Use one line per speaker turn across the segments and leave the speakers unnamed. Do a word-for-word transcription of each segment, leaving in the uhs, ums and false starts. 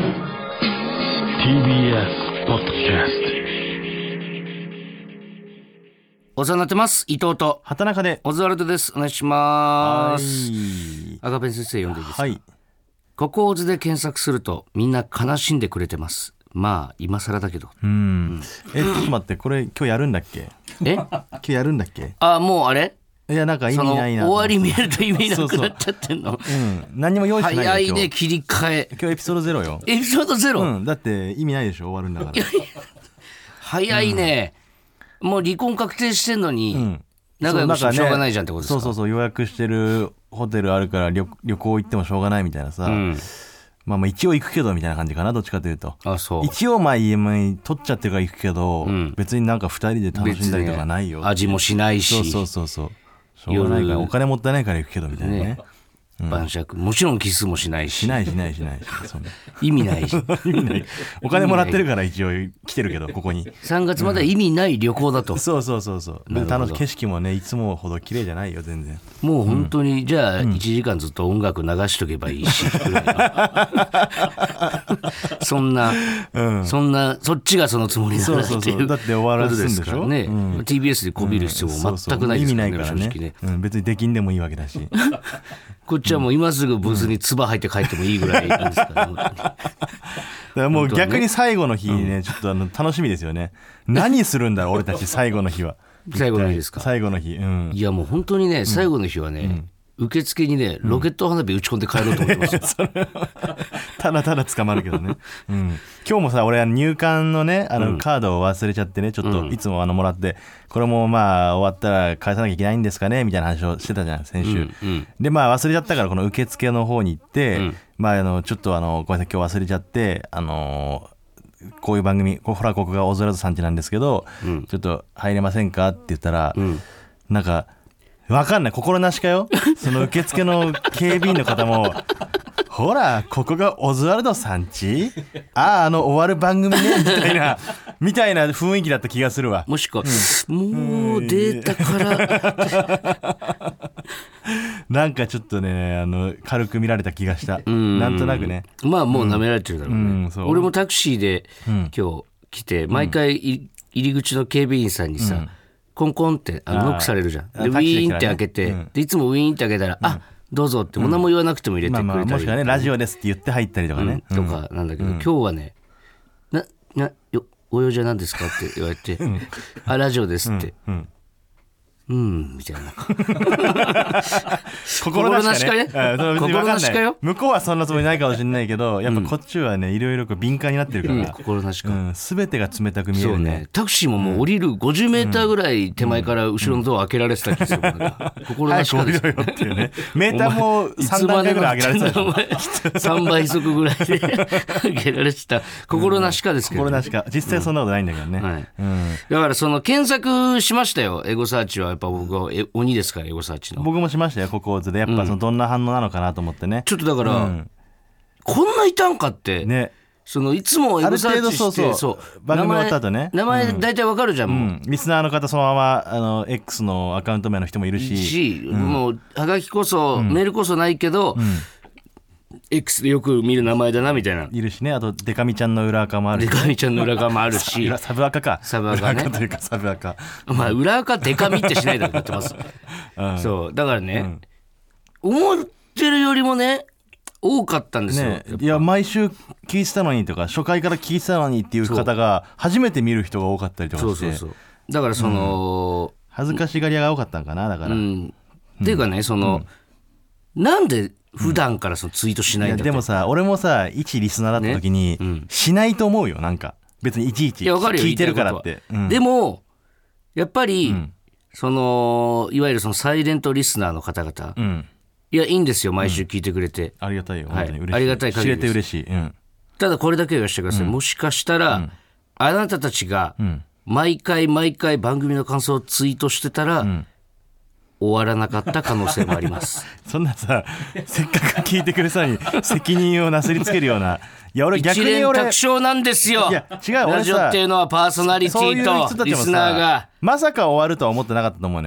ービーエス ポッドキャスト。
お世話になってます。伊藤と
畑中で
オズワルドです。お願いします。
はい
赤ペン先生読んでいいですか？
はい。
ココーズで検索するとみんな悲しんでくれてます。まあ今更だけど。
うん、うん、えちょっと待って、これ今日やるんだっけ？
え
今日やるんだっけ？
あ、もうあれ？
いやなんか意味ないな。
その終わり見えると意味なくなっちゃってんの。
そうそう、うん、何にも用意してないよ。
早いね
今日
切り替え。
今日エピソードゼロよ。
エピソードゼロ、
うん、だって意味ないでしょ、終わるんだから。
早いね、うん、もう離婚確定してんのに、うん、仲良くしてもしょうがないじゃんってことですか？
そうそうそう、予約してるホテルあるから 旅, 旅行行ってもしょうがないみたいなさ、うん、まあまあ一応行くけどみたいな感じかな、どっちかというと。
あ、そう。
一応まあ家に取っちゃってるから行くけど、うん、別になんかふたりで楽しんだりとかないよ、
ね、味もしないし。
そうそうそうそう、しょうがないからお金もったいないから行くけどみたいなね、ね、
うん、晩酌もちろんキスもしないし。
しないしないしないしそんな
意味ないし
意味ない。お金もらってるから一応来てるけどここに
さんがつまでは意味ない旅行だと、
うん、そうそうそうそう。楽しい景色もねいつもほど綺麗じゃないよ全然。
もう本当に、うん、じゃあいちじかんずっと音楽流しとけばいいし、うん、そんな、うん、そんなそっちがそのつもりなんだっていう。そうそうそう、だって終わらすんでしょね、うん、ティービーエス でこびる必要も全くないですからね、
うん、そうそう、意味ないからね、
正直ね、
うん、別にできんでもいいわけだし
こっちはもう今すぐブースに唾入って帰ってもいいぐらいなんですから、ね、だ
からもう逆に最後の日ね、うん、ちょっとあの楽しみですよね。何するんだろう俺たち最後の日は。
最後の日ですか？
最後の日、うん、い
やもう本当にね、最後の日はね、うん、受付にねロケット花火打ち込んで帰ろうと思ってますよ、うん、
ただただ捕まるけどね、うん、今日もさ俺は入館のねあのカードを忘れちゃってね、ちょっといつもあのもらって、これもまあ終わったら返さなきゃいけないんですかねみたいな話をしてたじゃん先週、うんうん、でまあ忘れちゃったからこの受付の方に行って、うん、まああのちょっとあのごめんなさい今日忘れちゃってあのーこういう番組ほらここがオズワルドさんちなんですけど、うん、ちょっと入れませんかって言ったら、うん、なんかわかんない、心なしかよその受付の警備員の方もほらここがオズワルドさんち、あああの終わる番組ねみたいなみたいな雰囲気だった気がするわ。
もしくは、うん、もうデータから
なんかちょっとねあの軽く見られた気がした。んなんとなくね、
まあもう舐められてるだろうね、うんうん、俺もタクシーで今日来て、うん、毎回入り口の警備員さんにさ、うん、コンコンってあのノックされるじゃん。でウィーンって開けて、ね、うん、でいつもウィーンって開けたら、うん、あどうぞってもう何も言わなくても入れてくれたり、うんまあまあ、もしくは
ねラジオですって言って入ったりとかね、
うん、とかなんだけど、うん、今日はねななよご用事は何ですかって言われて、うん、あラジオですって、うんうんうんみたいな心なしかね、心なしかよ。
向こうはそんなつもりないかもしれないけど、やっぱこっちはねいろいろ敏感になってるから、うん、
心なしか、うん、
全てが冷たく見える ね,
ね。タクシーももう降りるごじゅうメーターぐらい手前から後ろのドア開けられてた気がする、うんうん、心なしかですよっていうね。
メーターもさん段階ぐらい上げられてた
さんばい速ぐらいで上げられてた心なしかですけど、ね、
心なしか実際そんなことないんだけどね、うんはいうん、
だからその検索しましたよ。エゴサーチはやっぱ僕は鬼ですからエゴサーチの。
僕もしましたよココーズで。やっぱそのどんな反応なのかなと思ってね、うん、
ちょっとだから、うん、こんないたんかってね。そのいつもエゴサーチして、
そうそうそう番組終わった後ね
名前大体わかるじゃん、うん、もう、うん、
リスナーの方そのままあの X のアカウント名の人もいるし、
しうん、もうはがきこそ、うん、メールこそないけど、うん、X でよく見る名前だなみたいな。
いるしね。あとデカミちゃんの裏垢もあるし、
ね、デカミちゃんの裏垢もあるし
サブ垢か
サブ垢ね。
裏垢というかサブ垢、
まあ裏垢デカミってしないだろうってます、うん、そうだからね、うん、思ってるよりもね多かったんですよ、ね、
いや毎週聞いてたのにとか初回から聞いてたのにっていう方が初めて見る人が多かったりとかして、そうそうそう
だからその、うん、
恥ずかしがり屋が多かったんかな。だから、うん、
っていうかねその、うん、なんで普段からそのツイートしないんだって、
うん、いやでもさ俺もさ一リスナーだった時に、ねうん、しないと思うよ。なんか別にいちいち聞いてるからって、うん、
でもやっぱり、うん、そのいわゆるそのサイレントリスナーの方々、うん、いやいいんですよ毎週聞いてくれて、
うん、ありがたいよ本当に嬉しい、
はい、ありがたい限りです。
知れて嬉しい、うん、
ただこれだけはしてください、うん、もしかしたら、うん、あなたたちが毎回毎回番組の感想をツイートしてたら、うん終わらなかった可能性もあります
そんなさせっかく聞いてくれたのに責任をなすりつけるような。いや俺逆に俺
一連卓勝なんですよ。いや違うラジオっていうのはパーソナリティとリスナーが
まさか終わるとは思ってなかったと思うのよ。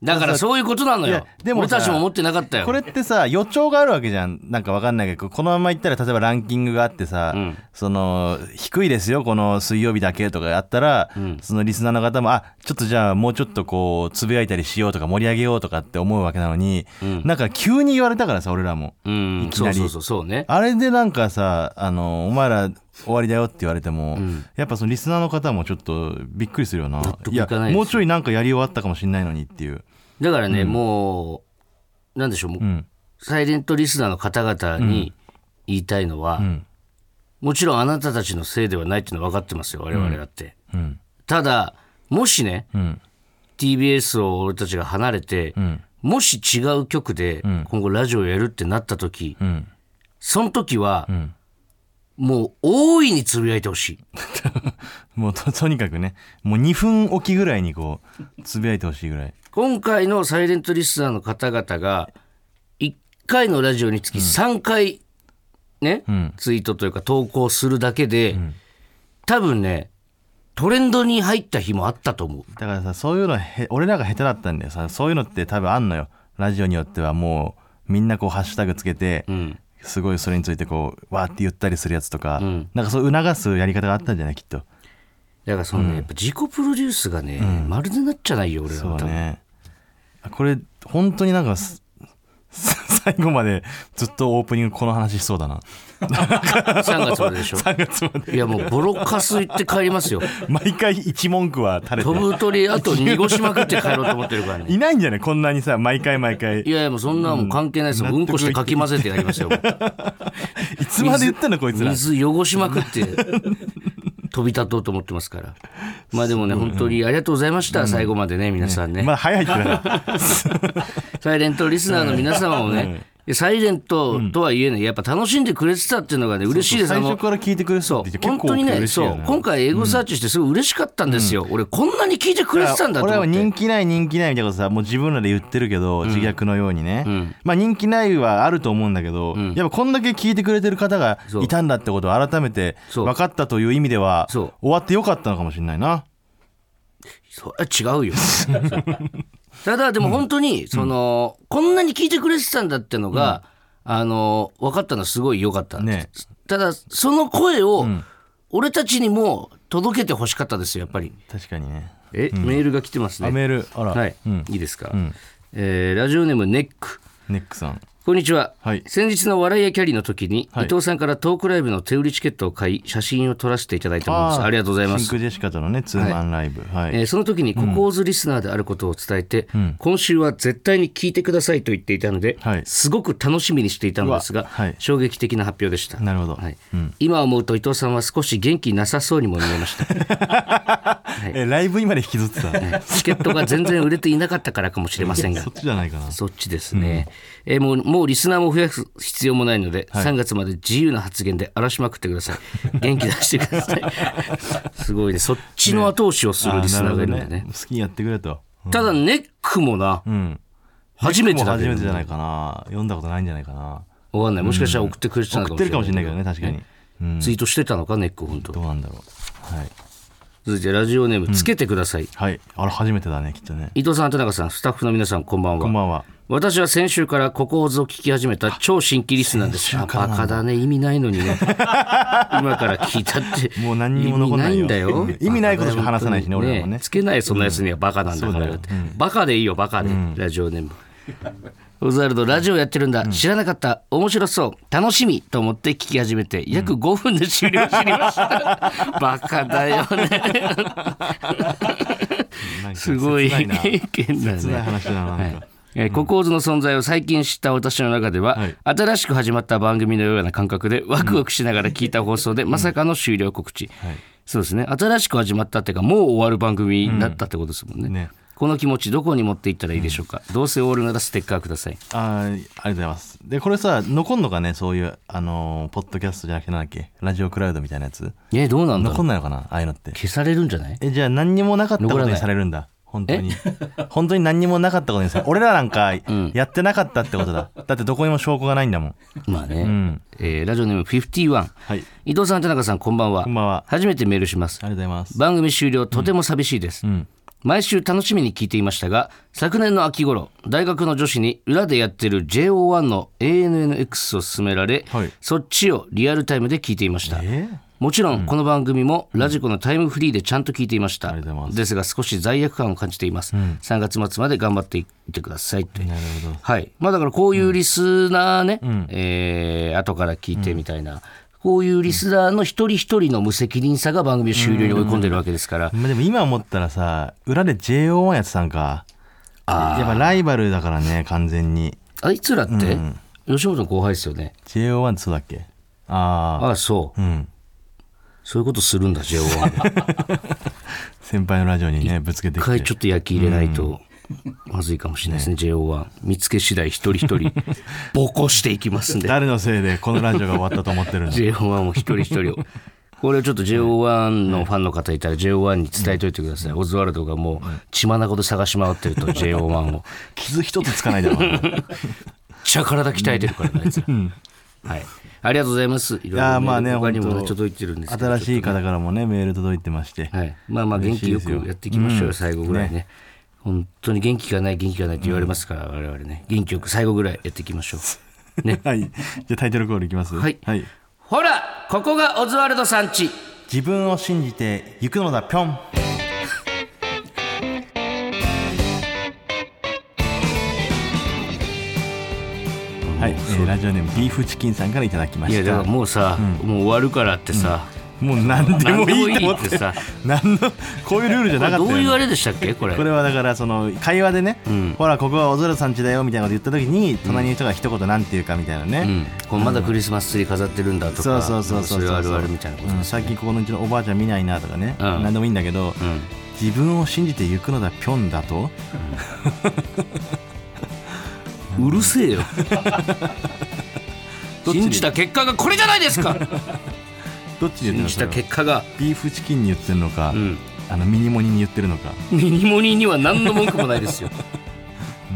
だからそういうことなのよ。でも俺たちも思ってなかったよ。
これってさ予兆があるわけじゃん。なんか分かんないけどこのままいったら例えばランキングがあってさ、うん、その低いですよこの水曜日だけとかやったら、うん、そのリスナーの方もあちょっとじゃあもうちょっとこうつぶやいたりしようとか盛り上げようとかって思うわけなのに、うん、なんか急に言われたからさ俺らも、うん、いきなりそうそうそうそうね。あれでなんかさあのお前ら終わりだよって言われても、うん、やっぱそのリスナーの方もちょっとびっくりするよな。いやもうちょいなんかやり終わったかもしれないのにっていう。
だからね、うん、もうなんでしょう、うん、サイレントリスナーの方々に言いたいのは、うん、もちろんあなたたちのせいではないっていうのは分かってますよ我々だって、うん、ただもしね、うん、ティービーエス を俺たちが離れて、うん、もし違う局で今後ラジオをやるってなった時、うん、その時は、うん、もう大いにつぶやいてほしい
もう と, とにかくねもうにふんおきぐらいにこうつぶやいてほしいぐらい。
今回のサイレントリスナーの方々がいっかいのラジオにつきさんかいね、うん、ツイートというか投稿するだけで、うん、多分ねトレンドに入った日もあったと思う。
だからさそういうのへ俺らが下手だったんだよさ。そういうのって多分あんのよラジオによっては。もうみんなこうハッシュタグつけて、うん、すごいそれについてこうわーって言ったりするやつとか、うん、なんかそう促すやり方があったんじゃないきっと。だ
からそのね、うん、やっぱ自己プロデュースがね、うん、まるでなっちゃないよ俺らは。
そうね。これ本当になんか最後までずっとオープニングこの話しそうだな
さんがつまででしょ。
さんがつまで。
いやもうボロカス言って帰りますよ
毎回一文句は垂れて
飛ぶ鳥あと濁しまくって帰ろうと思ってるからね
いないんじゃないこんなにさ毎回毎回。
いやいやもうそんなもん関係ないですよ、うん、うんこしてかき混ぜてやりますよ
いつまで言ってんのこいつら。
水汚しまくって飛び立とうと思ってますから。まあでもね本当にありがとうございました、うん、最後までね皆さんね。
ねまあ早いってな
サイレントリスナーの皆様もね、うん、サイレントとはいえねやっぱ楽しんでくれてたっていうのがね嬉しいです。
最初から聞いてくれてたって言って結構嬉しいよね。本当にねそう今回英語サーチしてすごい嬉しかったんですよ、うん、俺こんなに聞いてくれてたんだと思って。俺は人気ない人気ないみたいなことさもう自分らで言ってるけど、うん、自虐のようにね、うん、まあ人気ないはあると思うんだけど、うん、やっぱこんだけ聞いてくれてる方がいたんだってことを改めて分かったという意味では終わってよかったのかもしれないな。
それは違うよただでも本当にその、うん、こんなに聞いてくれてたんだってのが、うん、あの分かったのはすごい良かったんです、ね、ただその声を俺たちにも届けてほしかったですよやっぱり。
確かにね。
え、うん、メールが来てますね。
あメールあら、
はい、うん、いいですか、うんえー、ラジオネームネック
ネックさん
こんにちは、
はい、
先日の笑いやキャリーの時に、はい、伊藤さんからトークライブの手売りチケットを買い写真を撮らせていただいたものです。 あ, ありがとうございます。
シンクジェシカとのねツーマンライブ、はいはい
えー、その時にココーズリスナーであることを伝えて、うん、今週は絶対に聞いてくださいと言っていたので、はい、すごく楽しみにしていたのですが、はい、衝撃的な発表でした。
なるほど、
はいうん、今思うと伊藤さんは少し元気なさそうにも見えました、
はいえライブにまで引きずってた、
はい、チケットが全然売れていなかったからかもしれませんが
そっちじゃないかな。
そっちですね、うんえー、もう、もうリスナーも増やす必要もないので、はい、さんがつまで自由な発言で荒らしまくってください。元気出してくださいすごいねそっちの後押しをするリスナーがいるんだ ね, ね
好きにやってくれと、
うん、ただネックもな、うん、初めてだけど、
初めてじゃないかな。読んだことないんじゃないかな。
分かんないもしかしたら送ってくれてたのかもしれない、
送ってるかもしれないけどね確かに、
うん、ツイートしてたのかネック本当
どうなんだろう。はい
続いてラジオネーム、うん、つけてください。
はいあれ初めてだねきっとね。
伊藤さん田中さんスタッフの皆さんこんばんは。
こんばんは。
私は先週からココーズを聞き始めた超新規リスナーです。バカだね意味ないのにね今から聞いたって
もう何にも残んないよ。
意味ないんだよ
意味ないことしか話さないしね俺らもね。
つけないそんなやつにはバカなんだから、うんうん、バカでいいよバカで、うん、ラジオネームオズワルドラジオやってるんだ、うん、知らなかった、面白そう、楽しみと思って聞き始めて約ごふんで終了しました、うん、バカだよねすごい意見だね。
切ない話だな、なんか、はい
えー、ココーズの存在を最近知った私の中では、はい、新しく始まった番組のような感覚でワクワクしながら聞いた放送で、うん、まさかの終了告知、はい、そうですね新しく始まったっていうかもう終わる番組だったってことですもんね、うんねこの気持ちどこに持っていったらいいでしょうか、うん、どうせ終わるならステッカーください。
あありがとうございます。でこれさ残んのかねそういうあのー、ポッドキャストじゃなくてなんだっけラジオクラウドみたいなやつ。
えどうなんだろう。
残んないのかなああいうのって。
消されるんじゃない。
えじゃあ何にもなかったことにされるんだ本当に本当に何にもなかったことにさ俺らなんかやってなかったってことだ、うん、だってどこにも証拠がないんだもん。
まあね、うんえー、ラジオネームごじゅういち、はい、伊藤さん田中さんこんばんは。
こんばんは。
初めてメールします。
ありがとうございます。
番組終了とても寂しいです、うんうん毎週楽しみに聞いていましたが、昨年の秋頃大学の女子に裏でやってる ジェイオーワン の エーエヌエヌエックス を勧められ、はい、そっちをリアルタイムで聞いていました、えー、もちろんこの番組もラジコのタイムフリーでちゃんと聞いていました、うん、ですが少し罪悪感を感じています、うん、さんがつ末まで頑張っていってくださいって。なるほど、はい、まあ、だからこういうリスナーね、うん、えー、後から聞いてみたいな、うん、こういうリスナーの一人一人の無責任さが番組終了に追い込んでるわけですから、
うん、でも今思ったらさ、裏で ジェイオーワン やってたんか。あ、やっぱライバルだからね、完全に。
あいつらって、うん、吉本の後輩ですよね。
ジェイオーワン ってそうだっけ。あ
あ、そう、うん、そういうことするんだ ジェイオーワン
先輩のラジオにねぶつけてきて、
一回ちょっと焼き入れないとまずいかもしれないですね、ね、ジェイオーワン 見つけ次第一人一人ボコしていきますんで。
誰のせいでこのラジオが終わったと思ってるの。
ジェイオーワン も一人一人をこれをちょっと ジェイオーワン のファンの方いたら ジェイオーワン に伝えといてください、うん、オズワルドがもう血眼で探し回ってると ジェイオーワン を
傷一つつかないだろうね。めっ
ちゃ体鍛えてるからね、あいつ、うん、はい、ありがとうございます。いろいろ、ね、いやまあね、他にも、ね、届いてるんですけど、
新しい方からもねメール届いてまして、
はい、まあまあ元気よくやっていきましょうよ、うん、最後ぐらい ね, ね本当に元気がない元気がないって言われますから、うん、我々ね元気よく最後ぐらいやっていきましょうね。
はい、じゃあタイトルコールいきます。
はい、はい、ほらここがオズワルドさんち、
自分を信じて行くのだぴょん。はい、えー、ラジオネームビーフチキンさんからいただきました。
いやだからもうさ、うん、もう終わるからってさ、
うん、もう何でもいいと思ってさ、何のこういうルールじゃなかったよ、ね、
どういうあれでしたっけこれ。
これはだからその会話でね、うん、ほらここはオズワルドさんちだよみたいなこと言った時に、隣の人が一言なんて言うかみたいなね、うん、
このまだクリスマスツリー飾ってるんだとか、
そうそうそうそう、
それあるあるみたいなことですね、
うん、最近ここのうちのおばあちゃん見ないなとかね、うん、何でもいいんだけど、うん、自分を信じて行くのだぴょんだと、
うん、うるせえよ信じた結果がこれじゃないですか。
どっちで言ってるの？信
じた結果が
ビーフチキンに言ってるのか、うん、あのミニモニに言ってるのか。
ミニモニには何の文句もないですよ。うん、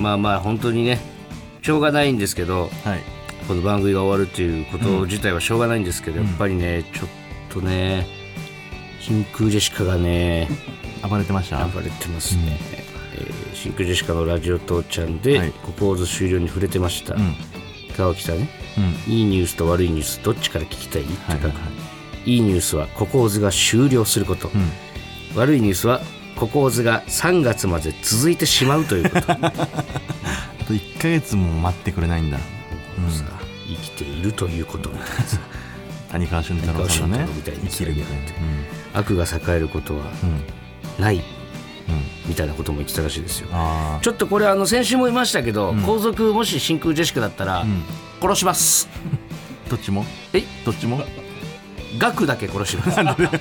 まあまあ本当にねしょうがないんですけど、はい、この番組が終わるということ自体はしょうがないんですけど、うん、やっぱりねちょっとね真空ジェシカがね
暴れてました。
暴れてますね、うん、えー、真空ジェシカのラジオ父ちゃんで、はい、ここを終了に触れてました、うん、川北ね、うん、いいニュースと悪いニュースどっちから聞きたい、はいはいはい、いいニュースはココーズが終了すること、うん、悪いニュースはココーズがさんがつまで続いてしまうということ。あ
といっかげつも待ってくれないんだ、
うん、さ生きているということみたいなさ
谷川俊太郎さんのね
生きるみたいな、うん、悪が栄えることはない、うん、みたいなことも言ってたらしいですよ。あちょっとこれあの先週も言いましたけど、うん、皇族もし真空ジェシカだったら、うん、殺します。
どっちも
え
どっちも
ガクだけ殺します。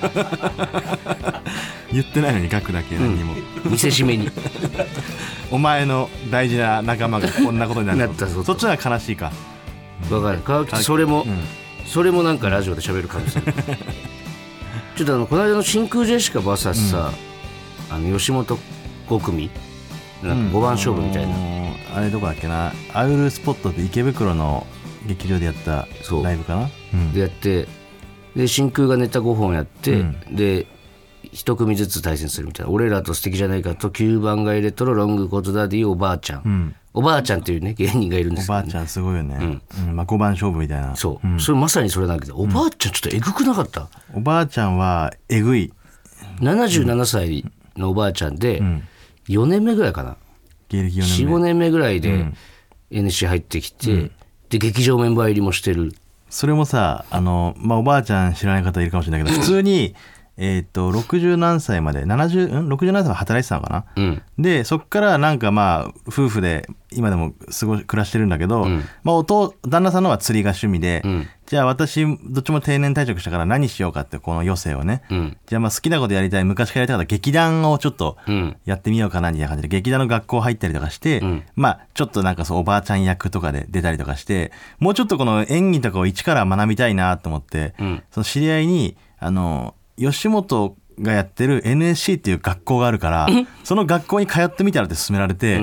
言ってないのにガクだけ何も、
うん、見せしめに
お前の大事な仲間がこんなことになる
った
そっちは悲しいか。
分かる川北それも、うん、それもなんかラジオで喋るかもしれない。ちょっとあのこの間の真空ジェシカ ブイエス さ、うん、あの吉本ご組なんかごばん勝負みたいな、うん、
あれどこだっけな、アウルスポットって池袋の劇場でやったライブかな、
うん、でやってで真空がネタごほんやって、うん、で一組ずつ対戦するみたいな。俺らと素敵じゃないかときゅうばん街レトロロングコートダディおばあちゃん、うん、おばあちゃんっていうね芸人がいるんですけど、ね、
おばあちゃんすごいよね、うんうん、まあ、ごばん勝負みたいな。
そう、うん、それまさにそれなんだけど、おばあちゃんちょっとえぐくなかった？
おばあちゃんはえぐい。
ななじゅうななさいのおばあちゃんで、うん、よねんめぐらいかな、
芸歴よねんめ
よん,ご 年目ぐらいで エヌエシー 入ってきて、うん、で劇場メンバー入りもしてる。
それもさあの、まあ、おばあちゃん知らない方いるかもしれないけど普通にえー、とろくじゅうなんさいまでななじゅう、んろくじゅうなんさいまで働いてたのかな、うん、でそっからなんかまあ夫婦で今でも過ご暮らしてるんだけど、うんまあ、お父旦那さんのは釣りが趣味で、うん、じゃあ私どっちも定年退職したから何しようかってこの余生をね、うん、じゃあまあ好きなことやりたい、昔からやりたかった劇団をちょっとやってみようかなみたいな感じで劇団の学校入ったりとかして、うん、まあちょっとなんかそうおばあちゃん役とかで出たりとかしてもうちょっとこの演技とかを一から学びたいなと思って、うん、その知り合いにあの吉本がやってる エヌエスシー っていう学校があるからその学校に通ってみたらって勧められて、うん、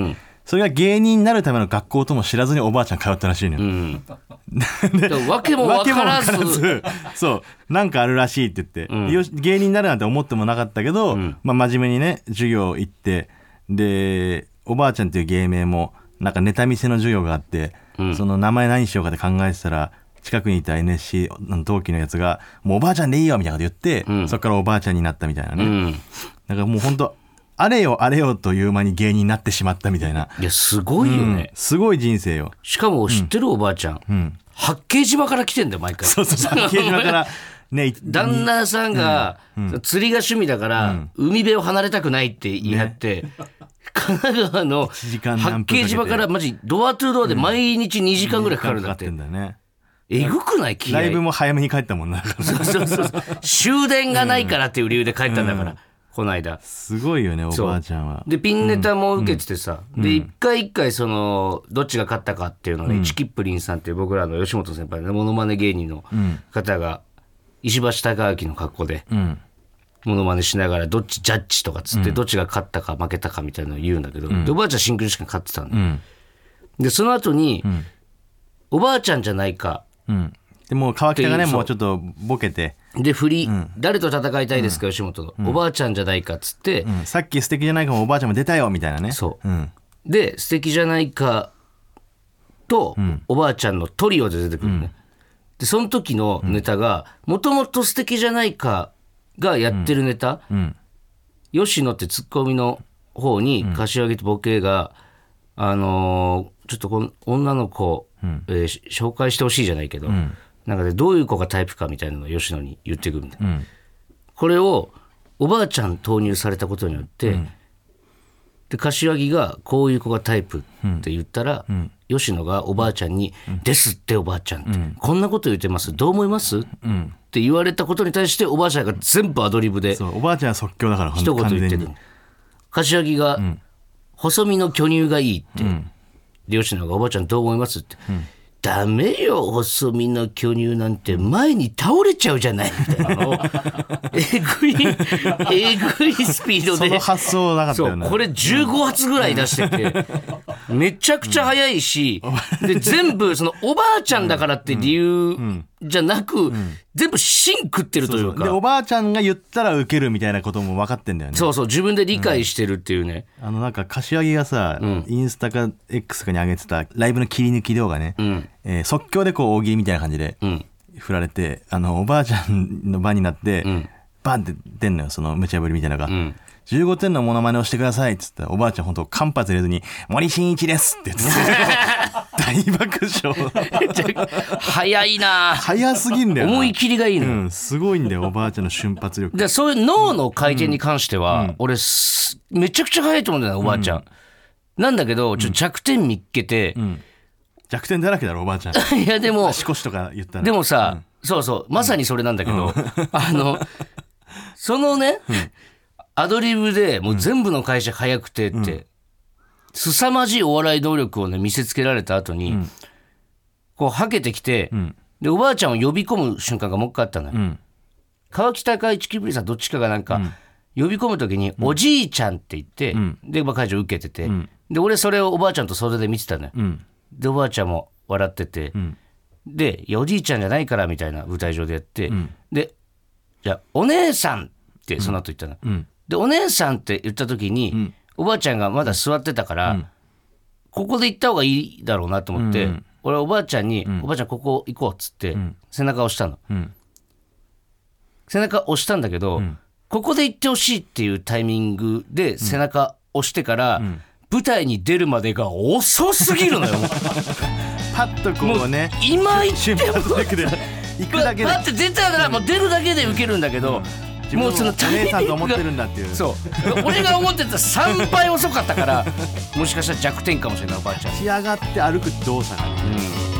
それが芸人になるための学校とも知らずにおばあちゃん通ったらしいのよ、うん、
わけも分からず
そうなんかあるらしいって言って、うん、よし芸人になるなんて思ってもなかったけど、うんまあ、真面目にね授業行ってでおばあちゃんっていう芸名もなんかネタ見せの授業があって、うん、その名前何しようかって考えてたら近くにいた エヌエスシー の同期のやつがもうおばあちゃんでいいよみたいなこと言って、うん、そっからおばあちゃんになったみたいなね、うん、だからもう本当あれよあれよという間に芸人になってしまったみたいな。
いやすごいよね、
うん、すごい人生よ。
しかも知ってるおばあちゃん、うん、八景島から来てんだよ毎回。
そうそうそう八景島からね
旦那さんが、うんうん、釣りが趣味だから、うん、海辺を離れたくないって言い張って、ね、神奈川の八景島からマジドアトゥードアで毎日にじかんぐらいかかるんだって、うん、えぐくない気合い。
ライブも早めに帰ったもんな。
そうそうそう終電がないからっていう理由で帰ったんだから、うんこの間。
すごいよねおばあちゃんは。
でピンネタも受けててさ、うん、で一回一回そのどっちが勝ったかっていうのをね、うん、チキップリンさんっていう僕らの吉本先輩のモノマネ芸人の方が石橋貴明の格好でモノマネしながらどっちジャッジとかつってどっちが勝ったか負けたかみたいなのを言うんだけど、うん、でおばあちゃんシンクロしか勝ってたんだよ、うん、でその後に、うん、おばあちゃんじゃないか、
うんでもう川北がねもうちょっとボケて
で振り、うん、誰と戦いたいですか、うん、吉本と、うん、おばあちゃんじゃないかっつって、
うん、さっき素敵じゃないかもおばあちゃんも出たよみたいなね。
そう、うん、で素敵じゃないかと、うん、おばあちゃんのトリオで出てくるね、うん、でその時のネタがもともと素敵じゃないかがやってるネタ、うんうん、吉野ってツッコミの方に柏木とボケが、うん、あのー、ちょっとこの女の子、うんえー、紹介してほしいじゃないけど、うんなんかでどういう子がタイプかみたいなのを吉野に言ってくるんだ、うん、これをおばあちゃん投入されたことによって、うん、で柏木がこういう子がタイプって言ったら、うん、吉野がおばあちゃんに、うん、ですっておばあちゃんって、うん、こんなこと言ってますどう思います、うん、って言われたことに対しておばあちゃんが全部アドリブで
そうおばあちゃんは即興だから
一言言ってくる。柏木が、うん、細身の巨乳がいいって、うん、で吉野がおばあちゃんどう思いますって、うんダメよ細身の巨乳なんて前に倒れちゃうじゃないみたいなのえぐいえぐいスピードで
その発想なかったよね。
そうこれじゅうご発ぐらい出しててめちゃくちゃ早いし、うん、で全部そのおばあちゃんだからって理由じゃなく、うんうん、全部芯食ってるというかそうそう
でおばあちゃんが言ったらウケるみたいなことも分かってんだよね。
そうそう自分で理解してるっていうね、
うん、あのなんか柏木がさ、うん、インスタか X かに上げてたライブの切り抜き動画ね、うんえー、即興でこう大喜利みたいな感じで振られて、うん、あのおばあちゃんの番になって、うん、バンって出んのよその無茶ぶりみたいなのが、うん、じゅうごてんのモノマネをしてくださいっつったらおばあちゃんほんと間髪入れずに森進一ですって言って大爆笑
早いな
早すぎんだよ
思い切りがいいの、うん、
すごいんだよおばあちゃんの瞬発力
でそういう脳の回転に関しては、うん、俺めちゃくちゃ早いと思うんだよねおばあちゃん、うん、なんだけどちょっと弱点見っけて、うんうん
弱点だらけだろおばあちゃん
いやでも
足腰とか言ったら
でもさ、うん、そうそうまさにそれなんだけど、うん、あのそのね、うん、アドリブでもう全部の会社早くてって、うん、凄まじいお笑い能力をね見せつけられた後に、うん、こうはけてきて、うん、でおばあちゃんを呼び込む瞬間がもう一回あったのよ、うん、川北か市木ぶりさんどっちかがなんか、うん、呼び込む時に、うん、おじいちゃんって言って、うん、で、まあ、会場受けてて、うん、で俺それをおばあちゃんと袖で見てたのよ、うんでおばあちゃんも笑ってて、うん、でいやおじいちゃんじゃないからみたいな舞台上でやって、うん、でじゃあお姉さんってその後言ったの、うん、でお姉さんって言った時に、うん、おばあちゃんがまだ座ってたから、うん、ここで行った方がいいだろうなと思って、うん、俺おばあちゃんに、うん、おばあちゃんここ行こうっつって、うん、背中押したの、うん、背中押したんだけど、うん、ここで行ってほしいっていうタイミングで背中押してから、うん舞台に出るまでが遅すぎるのよ
パッとこうね
今行っても
行くだけで
パッて出たらもう出るだけでウケるんだけど、
うん、もうそのタイミングがお姉さんと思ってるんだっていう
そう俺が思ってたさんばい遅かったからもしかしたら弱点かもしれないおばあちゃん
仕上がって歩く動作がね、うん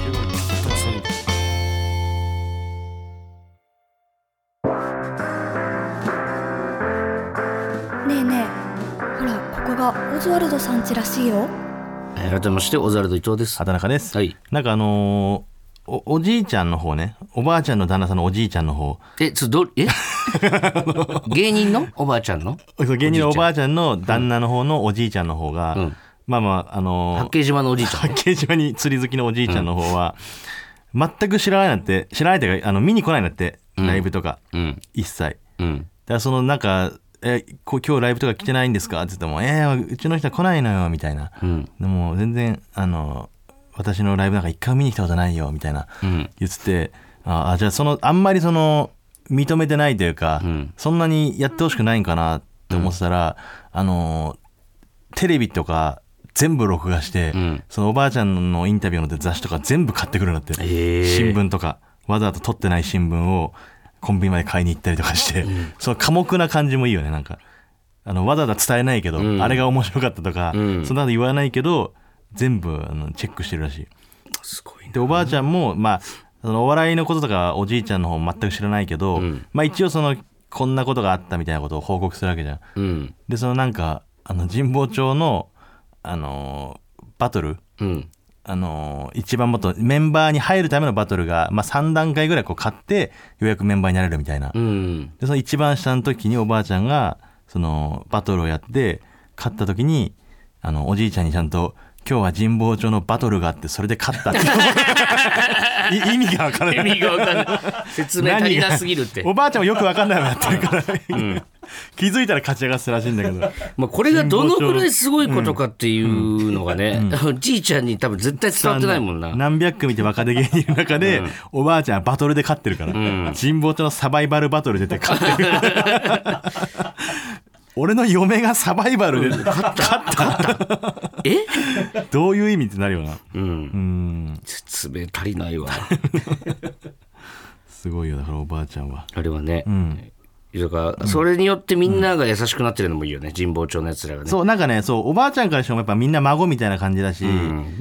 オズワルドさんちらしいよ。
改めましてオズワルド伊藤です。
畑中です、
はい、
なんかあのー、お, おじいちゃんの方ねおばあちゃんの旦那さんのおじいちゃんの方
えつどえ芸人のおばあちゃんの
そう芸人のおばあちゃんの旦那の方のおじいちゃんの方が、うん、 まあまああのー、
八景島のおじいちゃん、
八景島に釣り好きのおじいちゃんの方は、うん、全く知らないなって知らないというかあの見に来ないなって、うん、ライブとか、うん、一切、うん、だからそのなんかえ今日ライブとか来てないんですかって言ってもえー、うちの人は来ないのよみたいな、うん、でも全然あの私のライブなんか一回見に来たことないよみたいな、うん、言っててあじゃあそのあんまりその認めてないというか、うん、そんなにやってほしくないんかなって思ってたら、うん、あのテレビとか全部録画して、うん、そのおばあちゃんのインタビューの雑誌とか全部買ってくるんだって、えー、新聞とかわざわざ撮ってない新聞をコンビニまで買いに行ったりとかして、うん、その寡黙な感じもいいよね。なんかあのわざわざ伝えないけど、うん、あれが面白かったとか、うん、そんなの言わないけど全部あのチェックしてるらしい。
すごいな。
でおばあちゃんもまあそのお笑いのこととかおじいちゃんの方全く知らないけど、うん、まあ一応そのこんなことがあったみたいなことを報告するわけじゃん、うん、でそのなんかあの神保町のあのー、バトル、うん、あのー、一番もっとメンバーに入るためのバトルが、まあ、さんだんかいぐらいこう勝ってようやくメンバーになれるみたいな、うん、でその一番下の時におばあちゃんがそのバトルをやって勝った時にあのおじいちゃんにちゃんと今日は神保町のバトルがあってそれで勝ったって意味が分からない。
意味が分からない。説明足りなすぎるって。
おばあちゃんもよく分かんないのやってるから、うん、気づいたら勝ち上がってたらしいんだけど、
まあ、これがどのくらいすごいことかっていうのがね、うんうん、じいちゃんに多分絶対伝わってないもんな。
何百組って若手芸人の中で、うん、おばあちゃんはバトルで勝ってるから、うん、神保町のサバイバルバトル出て勝ってる俺の嫁がサバイバルで勝った、勝った
え
どういう意味ってなるよな、うん、
うん説明足りないわ
すごいよだからおばあちゃんは
あれはね、うん、だからそれによってみんなが優しくなってるのもいいよね、神保町のやつらがね。
そうなんかねそうおばあちゃんからしてもやっぱみんな孫みたいな感じだし、うん、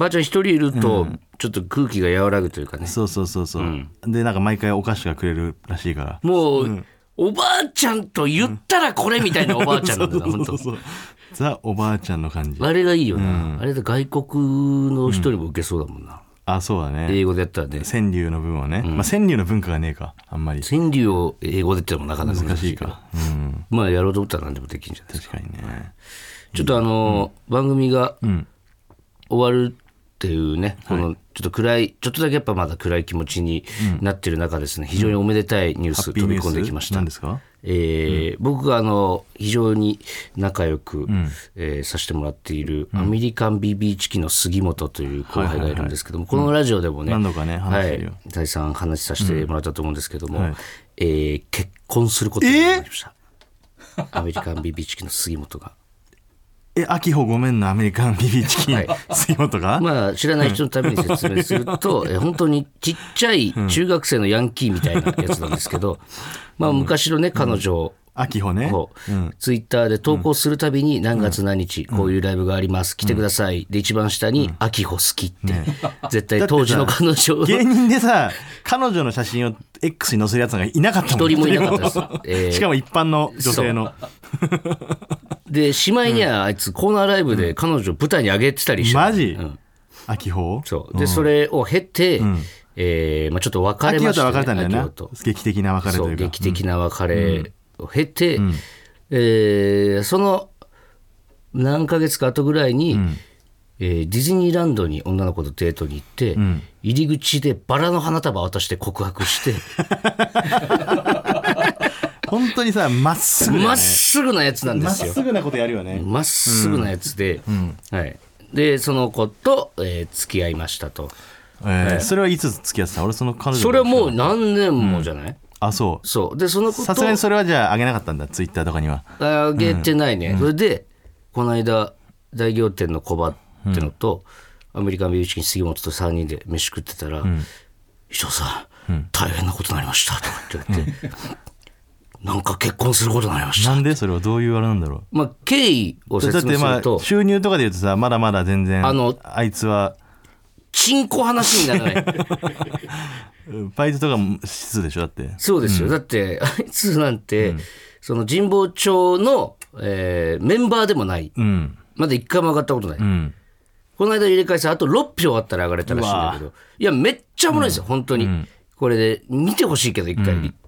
ばあちゃん一人いるとちょっと空気が和らぐというかね、うん、
そうそうそうそう、うん、でなんか毎回お菓子がくれるらしいから
もう、うんおばあちゃんと言ったらこれみたいなおばあちゃんなんだな、うん、本当
ザおばあちゃんの感じ。
あれがいいよな、うん、あれで外国の人にも受けそうだもんな、うん、
あそうだね。
英語でやったらね
川柳の分はね、うんまあ、川柳の文化がねえかあんまり
川柳を英語でってのもなかなか
難しいか、うん、
まあやろうと思ったら何でもできるんじゃないですか。
確かにね。
ちょっとあの、うん、番組が終わるっていうね、このちょっと暗いちょっとだけやっぱまだ暗い気持ちになってる中ですね、非常におめでたいニュース飛び込んできました。
何ですか？
えーうん、僕があの非常に仲良く、うんえー、させてもらっているアメリカン ビービー チキンの杉本という後輩がいるんですけども、このラジオでもね、
何度かね話してるよ、
はい、再三話させてもらったと思うんですけども、うんはいえー、結婚することになりました、えー、アメリカン ビービー チキンの杉本が
え、秋穂ごめんのアメリカン ビービー チキン、はい、杉本が、
まあ、知らない人のために説明すると、え本当にちっちゃい中学生のヤンキーみたいなやつなんですけど、うん、まあ、昔のね彼女を、
うん、秋穂ね、
うん、ツイッターで投稿するたびに何月何日、うん、こういうライブがあります、来てください、で一番下に、うん、秋穂好きって、ね、絶対当時の彼女
芸人でさ彼女の写真を X に載せるやつがいなかったもん。
一人もいなかったです、
えー、しかも一般の女性の
でしまいにはあいつコーナーライブで彼女を舞台に上げてたりして、
マジ、うん、秋穂
そうで、うん、それを経て、うんえーまあ、ちょっと別れましたね。秋穂と別れたんだよね。
劇的な別れというか、
そう劇的な別れを経て、うんえー、その何ヶ月か後ぐらいに、うんえー、ディズニーランドに女の子とデートに行って、うん、入り口でバラの花束渡して告白して
本当にさまっすぐだね。
まっすぐなやつなんですよ。
まっすぐなことやるよね。
まっすぐなやつで、うんはい、でその子と、えー、付き合いましたと、
えーはい、それはいつ付き合ってた？俺その彼女
それはもう何年もじゃない、うん、
あそう
そうでその子と
さすがにそれはじゃああげなかったんだツイッターとかには。
あげてないね、うん、それでこの間大仰天の小葉ってのと、うん、アメリカンビーチキン杉本とさんにんで飯食ってたら、うん、石尾さん、うん、大変なことになりましたとかって言って、うんなんか結婚することになりました。
なんでそれはどういうあれなんだろ
う。まあ経緯を説明すると、だってまあ
収入とかで言うとさまだまだ全然あのあいつは
チンコ話にならない
バイトとかも質でしょだって。
そうですよ、うん、だってあいつなんて、うん、その神保町の、えー、メンバーでもない、うん、まだ一回も上がったことない、うん、この間入れ替えさあとろっぴょうあったら上がれたらしいんだけどいやめっちゃおもろいですよ、うん、本当に、うん、これで見てほしいけど一回、うん